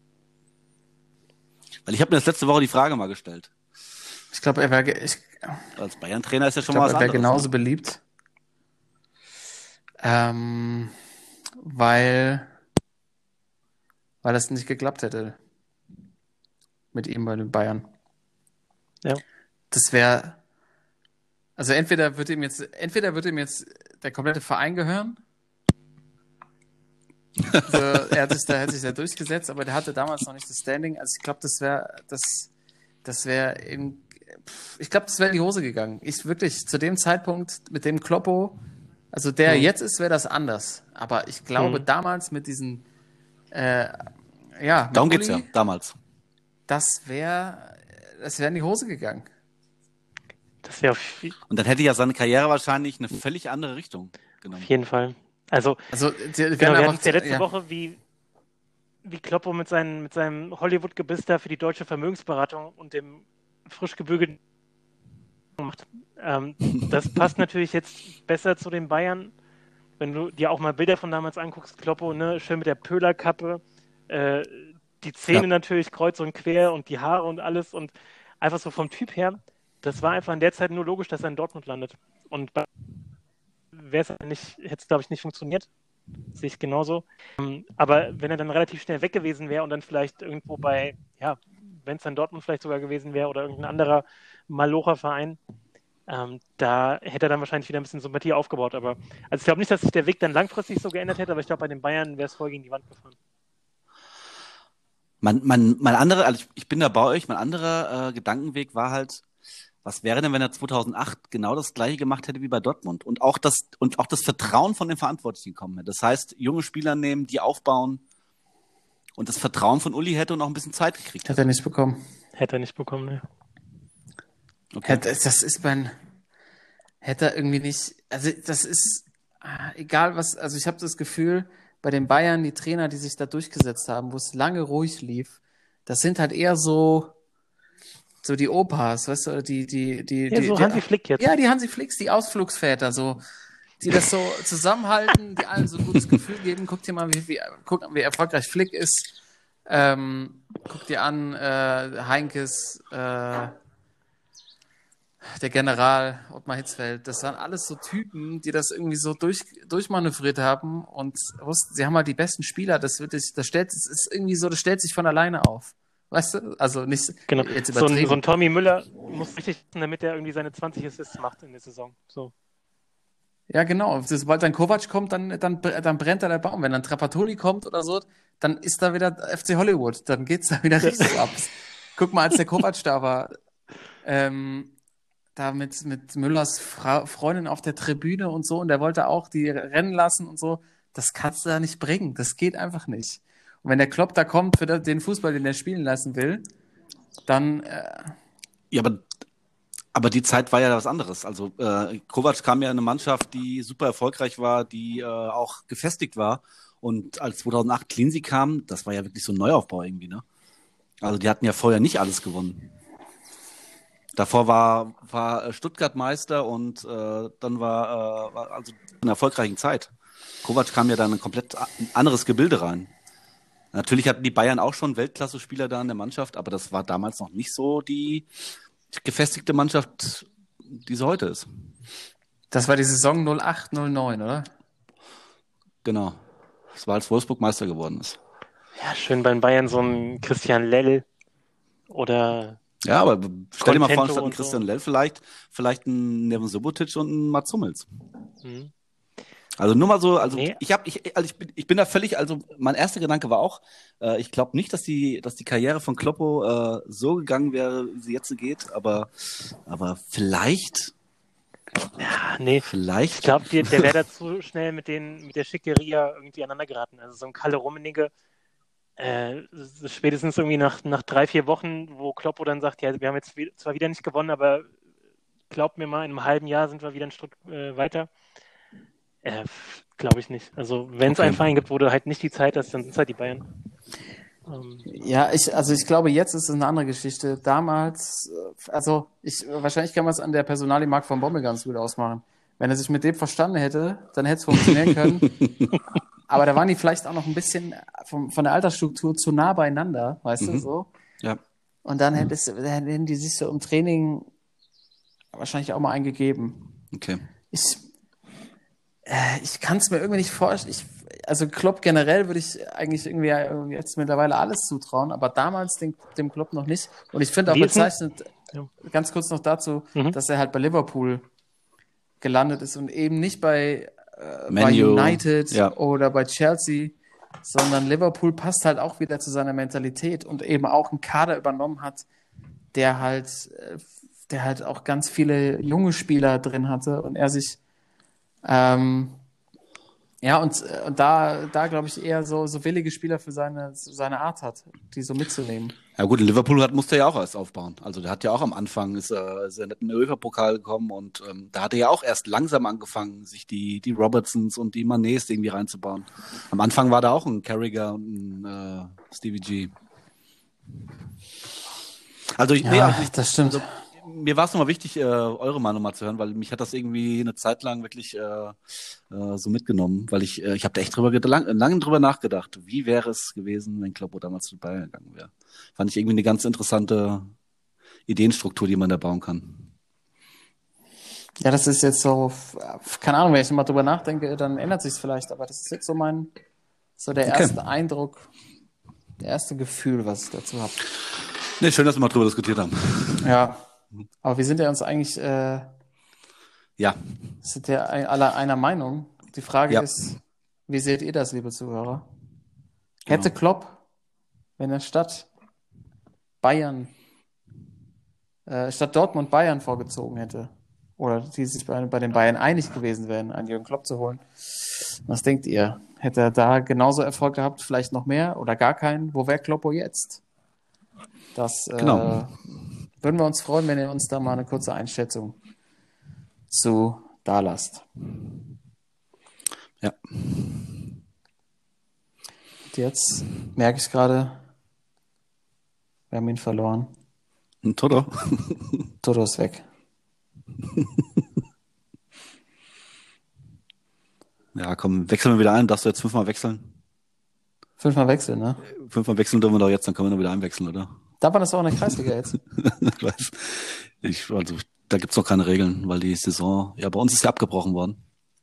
Weil ich habe mir das letzte Woche die Frage mal gestellt. Ich glaube, er wäre Als Bayern-Trainer ist ja schon mal was anderes. Er wäre genauso beliebt. Weil das nicht geklappt hätte mit ihm bei den Bayern. Ja. Das wäre, also entweder wird ihm jetzt der komplette Verein gehören. Also er hat sich da durchgesetzt, aber der hatte damals noch nicht das Standing. Also ich glaube, das wäre in die Hose gegangen. Ich wirklich zu dem Zeitpunkt mit dem Kloppo, also der jetzt ist, wäre das anders. Aber ich glaube, damals mit diesen, darum geht's ja, damals. Das wäre in die Hose gegangen. Und dann hätte ja seine Karriere wahrscheinlich eine völlig andere Richtung genommen. Auf jeden Fall. Also wir hatten es ja letzte Woche, wie Kloppo mit seinem Hollywood-Gebiss da für die deutsche Vermögensberatung und dem frisch gebügelten macht. Das passt natürlich jetzt besser zu den Bayern, wenn du dir auch mal Bilder von damals anguckst, Kloppo, ne, schön mit der Pöhlerkappe, die Zähne natürlich kreuz und quer und die Haare und alles und einfach so vom Typ her, das war einfach in der Zeit nur logisch, dass er in Dortmund landet. Und hätte es, glaube ich, nicht funktioniert. Sehe ich genauso. Aber wenn er dann relativ schnell weg gewesen wäre und dann vielleicht irgendwo wenn es dann Dortmund vielleicht sogar gewesen wäre oder irgendein anderer Malocher-Verein, da hätte er dann wahrscheinlich wieder ein bisschen Sympathie aufgebaut. Aber also ich glaube nicht, dass sich der Weg dann langfristig so geändert hätte, aber ich glaube, bei den Bayern wäre es voll gegen die Wand gefahren. Ich bin da bei euch, mein anderer Gedankenweg war halt, was wäre denn, wenn er 2008 genau das Gleiche gemacht hätte wie bei Dortmund und auch das Vertrauen von den Verantwortlichen kommen hätte. Das heißt, junge Spieler nehmen, die aufbauen und das Vertrauen von Uli hätte und auch ein bisschen Zeit gekriegt. Hätte er nicht bekommen. Ne. Okay. Hätte er irgendwie nicht, also das ist egal was, also ich habe das Gefühl, bei den Bayern, die Trainer, die sich da durchgesetzt haben, wo es lange ruhig lief, das sind halt eher so die Opas, weißt du, die Hansi Flick jetzt. Ja, die Hansi Flicks, die Ausflugsväter, so, die das so zusammenhalten, die allen so ein gutes Gefühl geben. Guck dir mal, wie erfolgreich Flick ist. Guck dir an, Heinkes, der General, Ottmar Hitzfeld, das waren alles so Typen, die das irgendwie so durchmanövriert haben und wussten, sie haben halt die besten Spieler, das stellt sich von alleine auf. Weißt du? Also nicht jetzt übertrieben. So ein Tommy Müller muss richtig, damit er irgendwie seine 20 Assists macht in der Saison. So. Ja, genau. Sobald dann Kovac kommt, dann brennt da der Baum. Wenn dann Trapattoni kommt oder so, dann ist da wieder FC Hollywood. Dann geht's da wieder richtig ab. Guck mal, als der Kovac da war, da mit Müllers Freundin auf der Tribüne und so, und der wollte auch die rennen lassen und so. Das kannst du da nicht bringen. Das geht einfach nicht. Und wenn der Klopp da kommt für den Fußball, den er spielen lassen will, dann... Ja, aber die Zeit war ja was anderes. Also Kovac kam ja in eine Mannschaft, die super erfolgreich war, die auch gefestigt war. Und als 2008 Cleansey kam, das war ja wirklich so ein Neuaufbau irgendwie, ne? Also die hatten ja vorher nicht alles gewonnen. Davor war Stuttgart Meister und dann war also in einer erfolgreichen Zeit. Kovac kam ja dann ein komplett anderes Gebilde rein. Natürlich hatten die Bayern auch schon Weltklasse-Spieler da in der Mannschaft, aber das war damals noch nicht so die gefestigte Mannschaft, die sie heute ist. Das war die Saison 08/09, oder? Genau. Das war, als Wolfsburg Meister geworden ist. Ja, schön bei den Bayern so ein Christian Lell oder Ja, aber stell dir mal vor, Contento statt ein und so. Christian Lell vielleicht ein Neven Subotic und ein Mats Hummels. Mhm. Also nur mal so, also Nee, ich bin da völlig, also mein erster Gedanke war auch, ich glaube nicht, dass die Karriere von Kloppo so gegangen wäre, wie sie jetzt geht, aber vielleicht, nee. Ich glaube, der wäre da zu schnell mit der Schickeria irgendwie aneinander geraten. Also so ein Kalle Rummenigge, spätestens irgendwie nach 3-4 Wochen, wo Kloppo dann sagt, ja, wir haben jetzt zwar wieder nicht gewonnen, aber glaubt mir mal, in einem halben Jahr sind wir wieder ein Stück weiter. Glaube ich nicht. Also wenn es Okay. einen Verein gibt, wo du halt nicht die Zeit hast, dann sind es halt die Bayern. Ja, ich glaube, jetzt ist es eine andere Geschichte. Damals, wahrscheinlich kann man es an der Personalie Marc von Bommel ganz gut ausmachen. Wenn er sich mit dem verstanden hätte, dann hätte es funktionieren können. Aber da waren die vielleicht auch noch ein bisschen von der Altersstruktur zu nah beieinander, weißt du, so. Ja. Und dann hätten die sich so im Training wahrscheinlich auch mal eingegeben. Okay. Ich kann es mir irgendwie nicht vorstellen. Also Klopp generell würde ich eigentlich irgendwie jetzt mittlerweile alles zutrauen, aber damals dem Klopp noch nicht. Und ich finde auch Wie ist denn- bezeichnend, ganz kurz noch dazu, Mhm. dass er halt bei Liverpool gelandet ist und eben nicht bei Man U, United ja. oder bei Chelsea, sondern Liverpool passt halt auch wieder zu seiner Mentalität und eben auch einen Kader übernommen hat, der halt auch ganz viele junge Spieler drin hatte und er sich ja, und da glaube ich eher so willige Spieler für seine Art hat, die so mitzunehmen. Ja gut, Liverpool musste er ja auch erst aufbauen. Also der hat ja auch am Anfang ist er nicht in den UEFA-Pokal gekommen und da hat er ja auch erst langsam angefangen, sich die Robertsons und die Manés irgendwie reinzubauen. Am Anfang war da auch ein Carragher und ein Stevie G. Also das stimmt. Also, mir war es nochmal wichtig, eure Meinung mal zu hören, weil mich hat das irgendwie eine Zeit lang wirklich so mitgenommen, weil ich habe da echt lange drüber nachgedacht, wie wäre es gewesen, wenn Kloppo damals zu Bayern gegangen wäre. Fand ich irgendwie eine ganz interessante Ideenstruktur, die man da bauen kann. Ja, das ist jetzt so, keine Ahnung, wenn ich mal drüber nachdenke, dann ändert sich es vielleicht, aber das ist jetzt so der erste Eindruck, der erste Gefühl, was ich dazu habe. Nee, schön, dass wir mal drüber diskutiert haben. Ja, aber wir sind ja uns eigentlich, sind ja alle einer Meinung. Die Frage ist, wie seht ihr das, liebe Zuhörer? Genau. Hätte Klopp, wenn er statt Dortmund Bayern vorgezogen hätte, oder die sich bei den Bayern einig gewesen wären, einen Jürgen Klopp zu holen, was denkt ihr? Hätte er da genauso Erfolg gehabt, vielleicht noch mehr oder gar keinen? Wo wäre Kloppo jetzt? Das würden wir uns freuen, wenn ihr uns da mal eine kurze Einschätzung zu da lasst. Ja. Und jetzt merke ich gerade, wir haben ihn verloren. Toto. Toto ist weg. Ja, komm, wechseln wir wieder ein. Darfst du jetzt 5-mal wechseln? 5-mal wechseln, ne? 5-mal wechseln dürfen wir doch jetzt, dann können wir noch wieder einwechseln, oder? Darf man das auch in der Kreisliga jetzt? Ich weiß. Also, da gibt's noch keine Regeln, weil die Saison, ja, bei uns ist ja abgebrochen worden.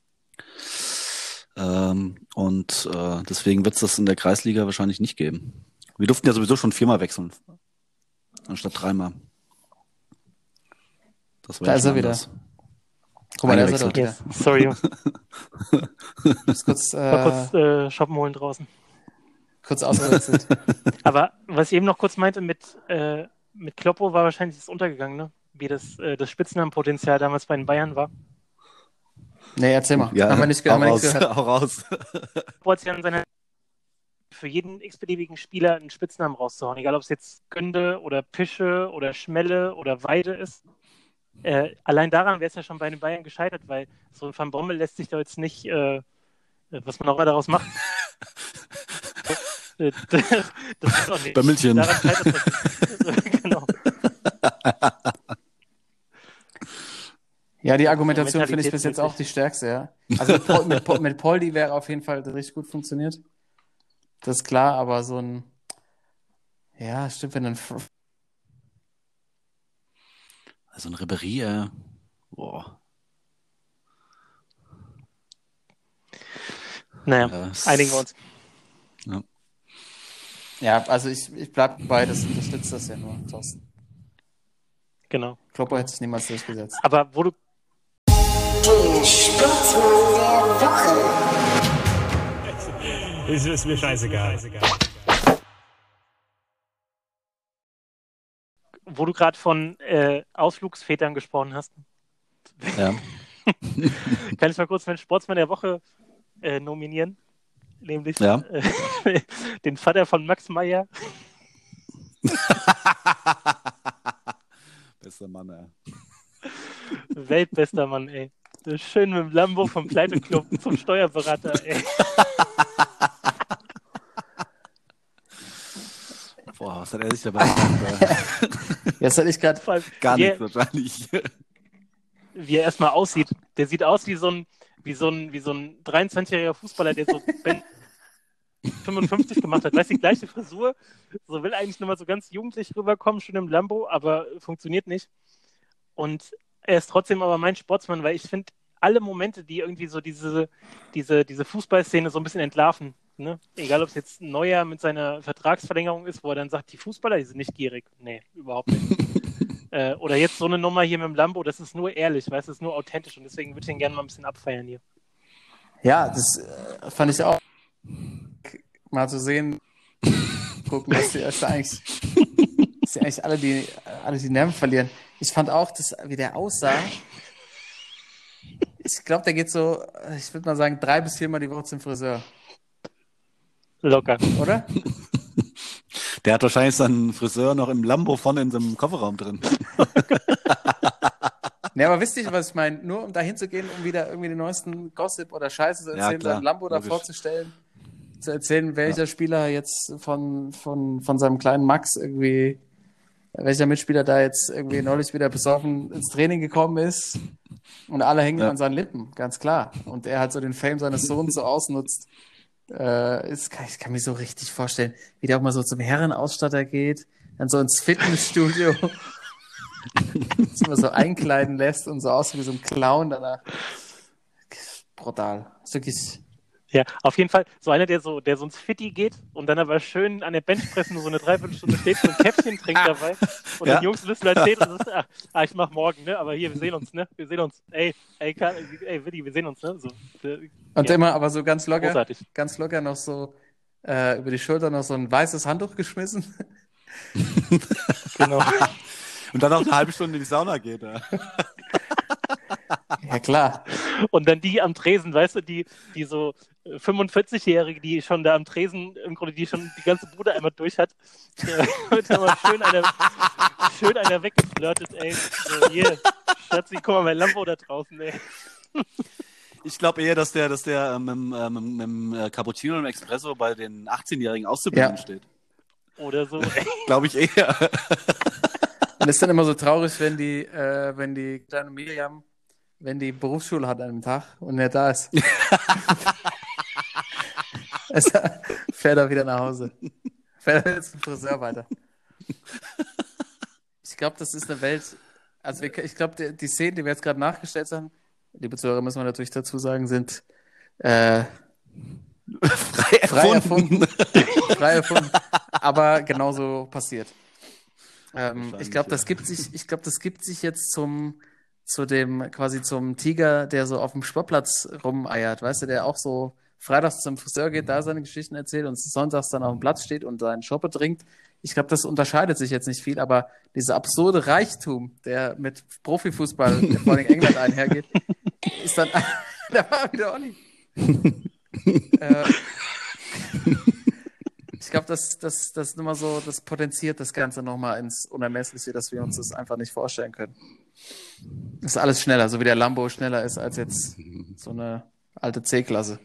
Deswegen wird's das in der Kreisliga wahrscheinlich nicht geben. Wir durften ja sowieso schon 4-mal wechseln, anstatt 3-mal. Das war Da ja ist schon er wieder. anders. Guck mal, da ist er doch Eingewechselt. wieder. Yes. Sorry, Jungs. Ist kurz, Mal kurz Shoppen holen draußen. kurz ausgewechselt. Aber was ich eben noch kurz meinte mit Kloppo, war wahrscheinlich das untergegangen, ne? Wie das Spitznamenpotenzial damals bei den Bayern war. Nee, erzähl mal. Ja, Haben wir nicht hau gehört. raus. Kloppo hat ja in seiner für jeden x-beliebigen Spieler einen Spitznamen rauszuhauen, egal ob es jetzt Günde oder Pische oder Schmelle oder Weide ist. Allein daran wäre es ja schon bei den Bayern gescheitert, weil so ein Van Bommel lässt sich da jetzt nicht, was man auch immer daraus macht. Das ist auch nicht. Bämmelchen. Daran scheitert es. Genau. Ja, die Argumentation Ja, finde ich bis jetzt mentalitätsmäßig. auch die stärkste, ja. Also mit Poldi wäre auf jeden Fall richtig gut funktioniert. Das ist klar, aber so ein, ja, stimmt, wenn ein, Also ein Ribéry, boah. Naja, Ja, es- einigen wir uns. Ja. Ja, also ich bleib bei, das unterstützt das ja nur, Thorsten. Genau. Kloppo hätte sich niemals durchgesetzt. Aber wo du Der Sportsmann der Woche. Ist mir scheißegal. gerade von Ausflugsvätern gesprochen hast, Ja. kann ich mal kurz meinen Sportsmann der Woche nominieren? Nämlich Ja. Den Vater von Max Meyer. Bester Mann, ja. Weltbester Mann, ey. Schön mit dem Lambo vom Pleiteclub zum Steuerberater, ey. Boah, was hat er sich dabei gedacht? Jetzt hatte ich gerade. Vor allem, Gar wie nichts wahrscheinlich. wie er erstmal aussieht. Der sieht aus wie so ein 23-jähriger Fußballer, der so 55 gemacht hat. Weißt du, die gleiche Frisur. So will eigentlich nur mal so ganz jugendlich rüberkommen, schon im Lambo, aber funktioniert nicht. Und er ist trotzdem aber mein Sportsmann, weil ich finde, alle Momente, die irgendwie so diese Fußballszene so ein bisschen entlarven, ne? Egal, ob es jetzt Neuer mit seiner Vertragsverlängerung ist, wo er dann sagt, die Fußballer, die sind nicht gierig. Nee, überhaupt nicht. Oder jetzt so eine Nummer hier mit dem Lambo, das ist nur ehrlich, weißt du, das ist nur authentisch und deswegen würde ich ihn gerne mal ein bisschen abfeiern hier. Ja, das fand ich auch mal zu sehen, gucken, dass die eigentlich alle die Nerven verlieren. Ich fand auch, wie der aussah. Ich glaube, der geht so, ich würde mal sagen, 3 bis 4 Mal die Woche zum Friseur, Locker. oder? Der hat wahrscheinlich seinen Friseur noch im Lambo vorne in seinem Kofferraum drin. Ne, aber wisst ihr, was ich meine? Nur um da hinzugehen, um wieder irgendwie den neuesten Gossip oder Scheiße zu Ja, erzählen, klar, seinen Lambo da logisch. vorzustellen, zu erzählen, welcher Spieler jetzt von seinem kleinen Max irgendwie, welcher Mitspieler da jetzt irgendwie neulich wieder besoffen ins Training gekommen ist und alle hängen Ja. an seinen Lippen, ganz klar. Und er halt so den Fame seines Sohns so ausnutzt. Ich kann mir so richtig vorstellen, wie der auch mal so zum Herrenausstatter geht, dann so ins Fitnessstudio, sich mal so einkleiden lässt und so aussieht wie so ein Clown danach. Brutal. Ist wirklich. Ja, auf jeden Fall so einer, der so ins Fitti geht und dann aber schön an der Benchpresse nur so eine Dreiviertelstunde steht, so ein Käffchen trinkt dabei und Ja. den Jungs ein bisschen erzählt und sagt, ich mach morgen, ne? Aber hier, wir sehen uns, ne? Wir sehen uns. Ey, Willi, wir sehen uns, ne? So, Und ja, immer aber so ganz locker großartig. noch so über die Schulter noch so ein weißes Handtuch geschmissen. Genau. Und dann auch eine halbe Stunde in die Sauna geht. Ja. Ja, klar. Und dann die am Tresen, weißt du, die so 45-Jährige, die schon da am Tresen im Grunde, die schon die ganze Bude einmal durch hat, wird da mal schön einer weggeflirtet, ey. So, hier, Schatzi, guck mal, mein Lambo da draußen, ey. Ich glaube eher, dass der mit dem Cappuccino und Espresso bei den 18-jährigen Auszubildenden Ja. steht. Oder so, ey. Glaube ich eher. Und es ist dann immer so traurig, wenn die kleine Miriam, wenn die Berufsschule hat an einem Tag und er da ist. Es fährt er wieder nach Hause. Fährt er jetzt zum Friseur weiter. Ich glaube, das ist eine Welt, also ich glaube, die Szenen, die wir jetzt gerade nachgestellt haben, liebe Zuhörer, müssen wir natürlich dazu sagen, sind frei erfunden. Frei erfunden. Aber genauso passiert. Ich glaube, das gibt sich jetzt zum Tiger, der so auf dem Sportplatz rumeiert, weißt du, der auch so freitags zum Friseur geht, da seine Geschichten erzählt und sonntags dann auf dem Platz steht und seinen Schoppe trinkt. Ich glaube, das unterscheidet sich jetzt nicht viel, aber dieser absurde Reichtum, der mit Profifußball, der vor allem in England einhergeht, ist dann, da war wieder Olli. Ich glaube, das nur mal so, das potenziert das Ganze nochmal ins Unermessliche, dass wir uns das einfach nicht vorstellen können. Das ist alles schneller, so wie der Lambo schneller ist als jetzt so eine alte C-Klasse.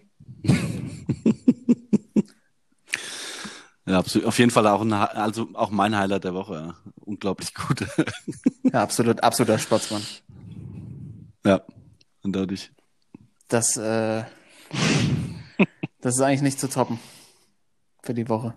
Ja, auf jeden Fall auch mein Highlight der Woche. Ja. Unglaublich gut. Ja, absoluter Sportsmann. Ja, eindeutig. Das ist eigentlich nicht zu toppen für die Woche.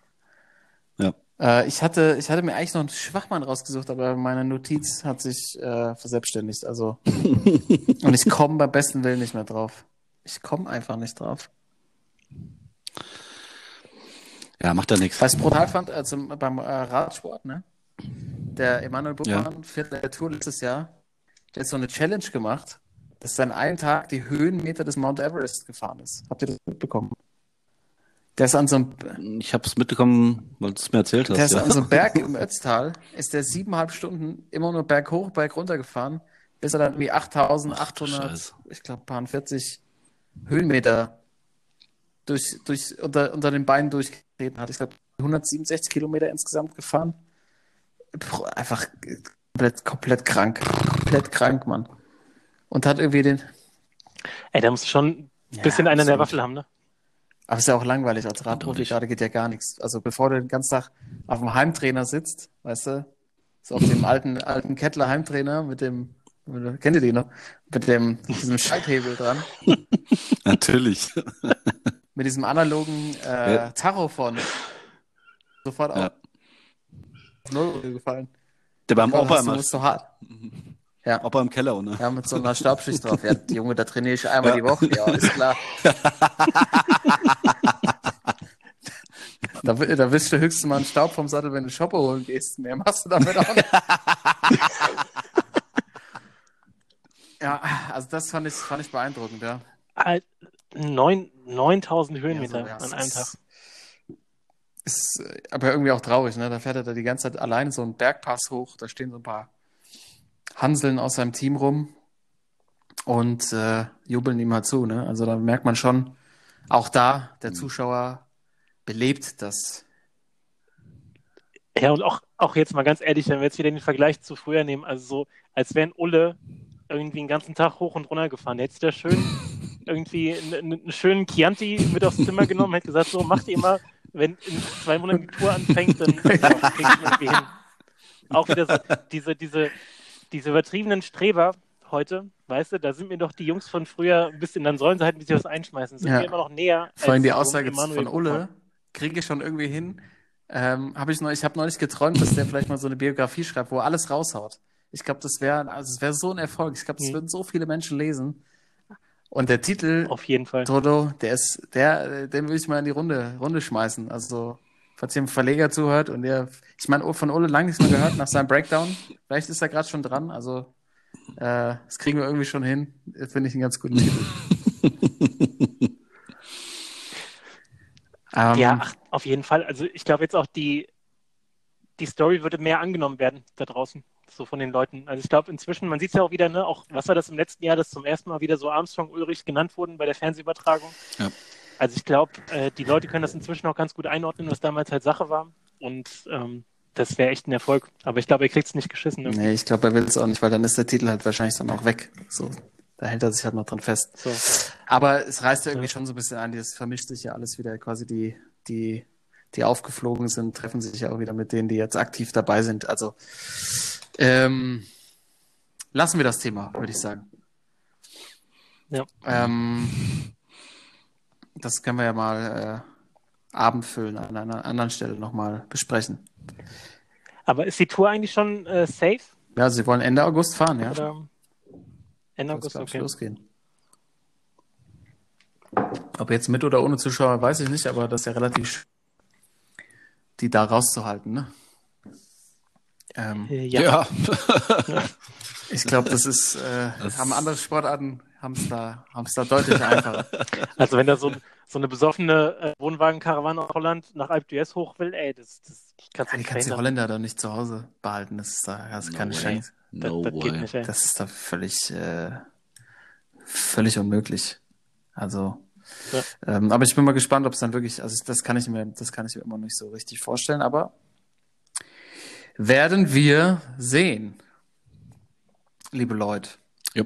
Ja. Ich hatte mir eigentlich noch einen Schwachmann rausgesucht, aber meine Notiz hat sich verselbstständigt. Also und ich komme beim besten Willen nicht mehr drauf. Ich komme einfach nicht drauf. Ja, macht ja nichts. Was ich brutal fand, also beim Radsport, ne? Der Emanuel Buchmann, Vierter der Tour letztes Jahr, der hat so eine Challenge gemacht, dass er an einem Tag die Höhenmeter des Mount Everest gefahren ist. Habt ihr das mitbekommen? Der ist an so einem, Ich habe es mitbekommen, weil du es mir erzählt hast. der ist Ja. an so einem Berg im Ötztal, ist der 7,5 Stunden immer nur berghoch, berg runter gefahren, bis er dann irgendwie 8.800, Scheiße. ich glaube, 40 Höhenmeter unter den Beinen durchgetreten hat. Ich glaube, 167 Kilometer insgesamt gefahren. Einfach komplett krank, Mann. Und hat irgendwie Ey, da musst du schon ein bisschen einen in der absolut. Waffel haben, ne? Aber es ist ja auch langweilig als Radprofi, nicht. gerade geht ja gar nichts. Also bevor du den ganzen Tag auf dem Heimtrainer sitzt, weißt du, so auf dem alten Kettler Heimtrainer kennt ihr die noch? Diesem Schalthebel dran, Natürlich. mit diesem analogen Tacho vorne. Sofort Ja. auf 0 Euro gefallen. Der beim Opa Das immer. ist so hart. Ja. Opa im Keller, ne? Ja, mit so einer Staubschicht drauf. Ja, Junge, da trainiere ich einmal die Woche. Ja, ist klar. Da wischst du höchstens mal einen Staub vom Sattel, wenn du Shopper holen gehst. Mehr machst du damit auch nicht. Ja, also das fand ich beeindruckend, ja. 9.000 Höhenmeter Ja, an einem Tag. Ist aber irgendwie auch traurig, ne? Da fährt er da die ganze Zeit alleine so einen Bergpass hoch. Da stehen so ein paar Hanseln aus seinem Team rum und jubeln ihm halt zu, ne? Also da merkt man schon, auch da, der Zuschauer belebt das. Ja, und auch jetzt mal ganz ehrlich, wenn wir jetzt wieder den Vergleich zu früher nehmen, also so, als wäre ein Ulle irgendwie den ganzen Tag hoch und runter gefahren. Hätte der schön irgendwie einen schönen Chianti mit aufs Zimmer genommen, hätte gesagt, so, macht ihr mal, wenn in 2 Monaten die Tour anfängt, dann kriegt man irgendwie hin. Auch wieder so, diese übertriebenen Streber heute, weißt du, da sind mir doch die Jungs von früher ein bisschen, dann sollen sie halt ein bisschen was einschmeißen. Sind mir immer noch näher. Vor allem die als Aussage so ein von Emanuel Ulle, Buchmann. kriege ich schon irgendwie hin. Ich habe neulich geträumt, dass der vielleicht mal so eine Biografie schreibt, wo er alles raushaut. Ich glaube, das wäre so ein Erfolg. Ich glaube, das würden so viele Menschen lesen. Und der Titel, Auf jeden Fall. Toto, den will ich mal in die Runde schmeißen. Also, falls hier ein Verleger zuhört und ich meine, von Ulle lange nichts mehr gehört nach seinem Breakdown. Vielleicht ist er gerade schon dran. Also, das kriegen wir irgendwie schon hin. Finde ich einen ganz guten Titel. Ja, auf jeden Fall. Also ich glaube jetzt auch die Story würde mehr angenommen werden da draußen, so von den Leuten. Also ich glaube inzwischen, man sieht es ja auch wieder, ne, auch was war das im letzten Jahr, dass zum ersten Mal wieder so Armstrong, Ulrich genannt wurden bei der Fernsehübertragung. Ja. Also ich glaube, die Leute können das inzwischen auch ganz gut einordnen, was damals halt Sache war. Und das wäre echt ein Erfolg. Aber ich glaube, er kriegt es nicht geschissen. Irgendwie. Nee, ich glaube, er will es auch nicht, weil dann ist der Titel halt wahrscheinlich dann auch weg. So, da hält er sich halt noch dran fest. So. Aber es reißt ja irgendwie schon so ein bisschen an, das vermischt sich ja alles wieder, quasi die aufgeflogen sind, treffen sich ja auch wieder mit denen, die jetzt aktiv dabei sind. Also lassen wir das Thema, würde ich sagen. Ja. Das können wir ja mal abendfüllen an einer anderen Stelle nochmal besprechen. Aber ist die Tour eigentlich schon safe? Ja, sie wollen Ende August fahren, ja. Oder Ende August, Soll es, glaub ich, okay. losgehen. Ob jetzt mit oder ohne Zuschauer, weiß ich nicht, aber das ist ja relativ schwer, die da rauszuhalten, ne? Ja. Ich glaube, das ist, haben andere Sportarten, haben es da deutlich einfacher. Also wenn da so eine besoffene Wohnwagenkarawane aus Holland nach Alpe d'Huez hoch will, ey, das kannst du Die nicht kannst die verhindern. Holländer doch nicht zu Hause behalten, das ist keine Chance. Das No geht way. nicht, ey. Das ist da völlig unmöglich. Also, Ja. aber ich bin mal gespannt, ob es dann wirklich, also das kann ich mir immer nicht so richtig vorstellen, aber werden wir sehen, liebe Leute. Jupp.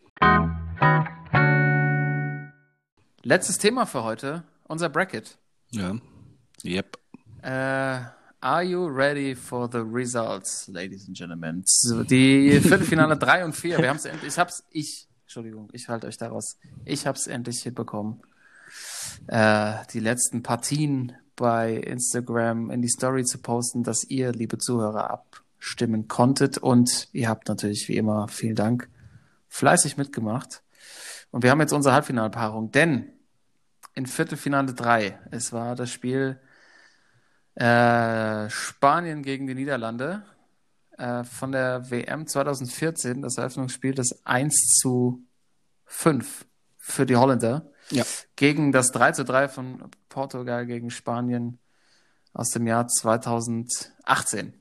Letztes Thema für heute, unser Bracket. Ja. Yep. Are you ready for the results, ladies and gentlemen? Die Viertelfinale 3 und 4. Wir haben es endlich. Ich halte euch daraus. Ich habe es endlich hinbekommen. Die letzten Partien bei Instagram in die Story zu posten, dass ihr, liebe Zuhörer, abstimmen konntet. Und ihr habt natürlich wie immer, vielen Dank, fleißig mitgemacht. Und wir haben jetzt unsere Halbfinalpaarung, denn in Viertelfinale 3, es war das Spiel Spanien gegen die Niederlande von der WM 2014, das Eröffnungsspiel, das 1:5 für die Holländer Ja. gegen das 3:3 von Portugal gegen Spanien aus dem Jahr 2018.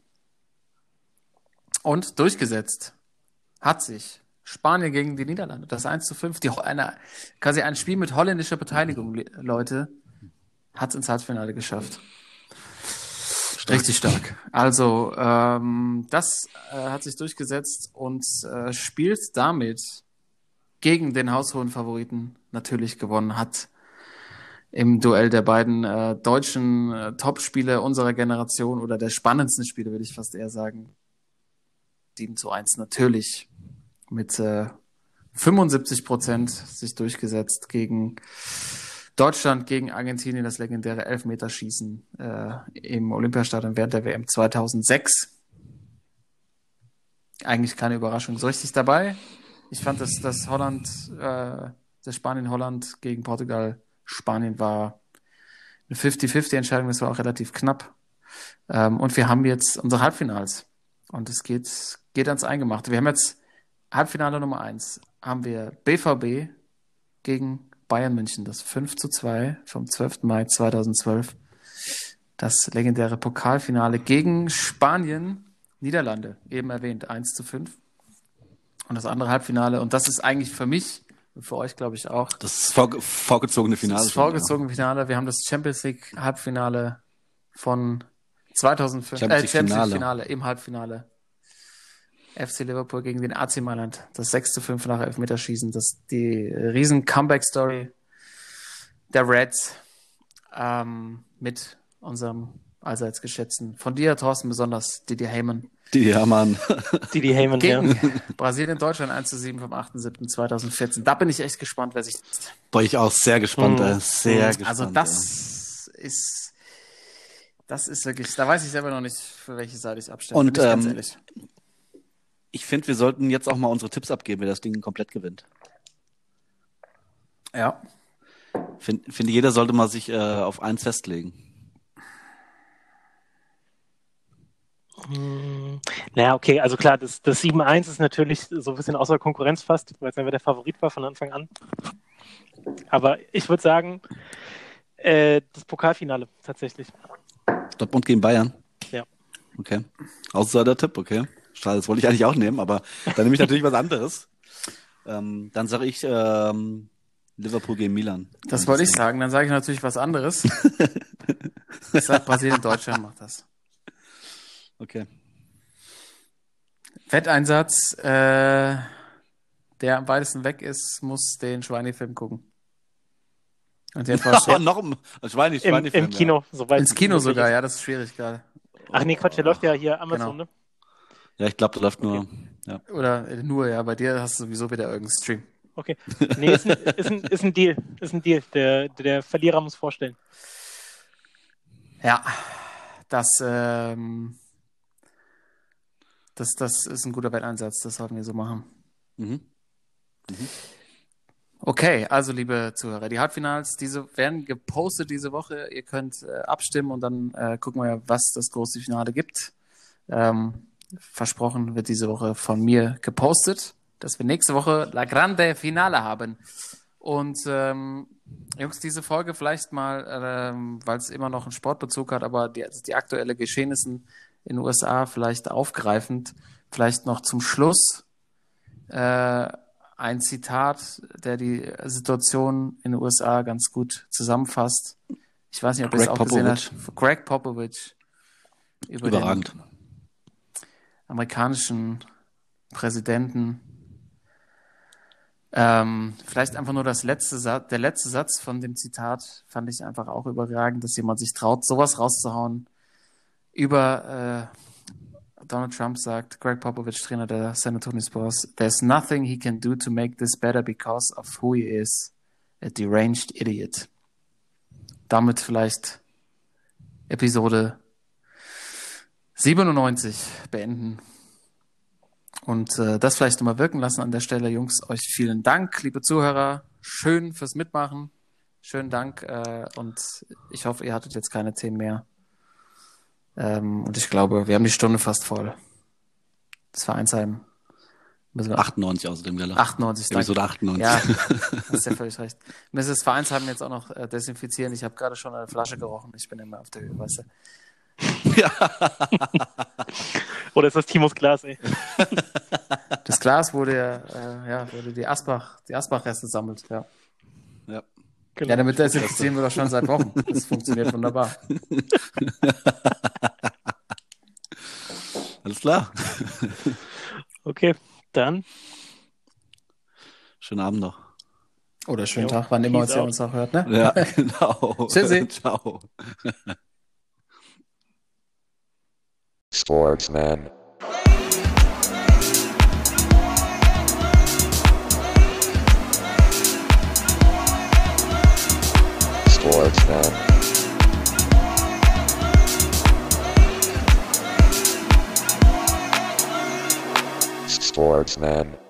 Und durchgesetzt hat sich Spanien gegen die Niederlande, das 1:5, quasi ein Spiel mit holländischer Beteiligung, Leute, hat es ins Halbfinale geschafft. Richtig stark. Also, das hat sich durchgesetzt und spielt damit gegen den haushohen Favoriten natürlich gewonnen, hat im Duell der beiden deutschen Topspieler unserer Generation oder der spannendsten Spiele, würde ich fast eher sagen, 7:1 natürlich mit 75% sich durchgesetzt gegen Deutschland, gegen Argentinien, das legendäre Elfmeterschießen im Olympiastadion während der WM 2006. Eigentlich keine Überraschung so richtig dabei. Ich fand, dass das Spanien-Holland gegen Portugal-Spanien war eine 50-50-Entscheidung, das war auch relativ knapp. Und wir haben jetzt unsere Halbfinals. Und es geht ans Eingemachte. Wir haben jetzt Halbfinale Nummer 1. Haben wir BVB gegen Bayern München, das 5:2 vom 12. Mai 2012. Das legendäre Pokalfinale gegen Spanien, Niederlande, eben erwähnt, 1:5. Und das andere Halbfinale, und das ist eigentlich für mich, und für euch glaube ich auch, Das vorgezogene Finale. das vorgezogene Finale. Wir haben das Champions League Halbfinale von 2005, Champions League Finale im Halbfinale. FC Liverpool gegen den AC Mailand, das 6:5 nach Elfmeterschießen, das die riesen Comeback-Story der Reds mit unserem allseits geschätzten, von dir, Thorsten, besonders Didi Heyman. Didi Hamann. Didi Heyman, ja. Gegen Brasilien, Deutschland 1:7 vom 8.7.2014. Da bin ich echt gespannt, wer sich... War ich auch sehr gespannt, sehr gespannt. Also das ist wirklich, da weiß ich selber noch nicht, für welche Seite ich abstelle. Und bin ich ganz ehrlich. ich finde, wir sollten jetzt auch mal unsere Tipps abgeben, wer das Ding komplett gewinnt. Ja. Finde, jeder sollte mal sich auf eins festlegen. Naja, okay, also klar, das 7:1 ist natürlich so ein bisschen außer Konkurrenz fast, weil es einfach der Favorit war von Anfang an. Aber ich würde sagen, das Pokalfinale tatsächlich. Dortmund gegen Bayern? Ja. Okay. Außer Tipp, okay. Schade, das wollte ich eigentlich auch nehmen, aber dann nehme ich natürlich was anderes. Dann sage ich Liverpool gegen Milan. Das wollte ich sagen, dann sage ich natürlich was anderes. Ich sage Brasilien, Deutschland macht das. Okay. Wetteinsatz, der am weitesten weg ist, muss den Schweini-Film gucken. Und der noch ein Schweini-Film. Im Kino, ja. soweit ins Kino es möglich sogar, ist. ja, das ist schwierig gerade. Ach nee, Quatsch, der läuft ja hier Amazon, Genau. ne? Ja, ich glaube, da läuft nur. Ja. Oder nur, ja, bei dir hast du sowieso wieder irgendeinen Stream. Okay. Nee, ist ein Deal. Ist ein Deal. Der Verlierer muss vorstellen. Ja, das ist ein guter Wetteinsatz, das sollten wir so machen. Mhm. Okay, also liebe Zuhörer, die Halbfinals, diese werden gepostet diese Woche. Ihr könnt abstimmen und dann gucken wir, was das große Finale gibt. Versprochen wird diese Woche von mir gepostet, dass wir nächste Woche La Grande Finale haben. Und Jungs, diese Folge vielleicht mal, weil es immer noch einen Sportbezug hat, aber die aktuelle Geschehnissen in den USA vielleicht aufgreifend, vielleicht noch zum Schluss ein Zitat, der die Situation in den USA ganz gut zusammenfasst. Ich weiß nicht, ob ihr es auch gesehen habt. Greg Popovich über Überragend. den amerikanischen Präsidenten. Vielleicht einfach nur der letzte Satz von dem Zitat fand ich einfach auch überragend, dass jemand sich traut, sowas rauszuhauen. Über Donald Trump sagt, Greg Popovich, Trainer der San Antonio Spurs, "There's nothing he can do to make this better because of who he is, a deranged idiot." Damit vielleicht Episode 97 beenden. Und das vielleicht nochmal wirken lassen an der Stelle. Jungs, euch vielen Dank, liebe Zuhörer. Schön fürs Mitmachen. Schönen Dank und ich hoffe, ihr hattet jetzt keine Themen mehr. Und ich glaube, wir haben die Stunde fast voll. Das Vereinsheim. Müssen wir 98 außerdem, gell? 98, danke. Episode 98. Ja, hast ja völlig recht. Wir müssen das Vereinsheim jetzt auch noch desinfizieren. Ich habe gerade schon eine Flasche gerochen. Ich bin immer auf der Höhe, weißt du. Ja. Oder ist das Timos Glas, ey? Das Glas, wo wo die Asbach-Reste sammelt, ja. Ja. Genau. Ja, damit desinfizieren wir doch schon seit Wochen. Das funktioniert wunderbar. Alles klar. Okay, dann. Schönen Abend noch. Oder schönen Jo, Tag, wann immer peace ihr out. uns auch hört, ne? Ja, genau. Tschüssi. Ciao. Sportsman. Sportsman. Sportsman.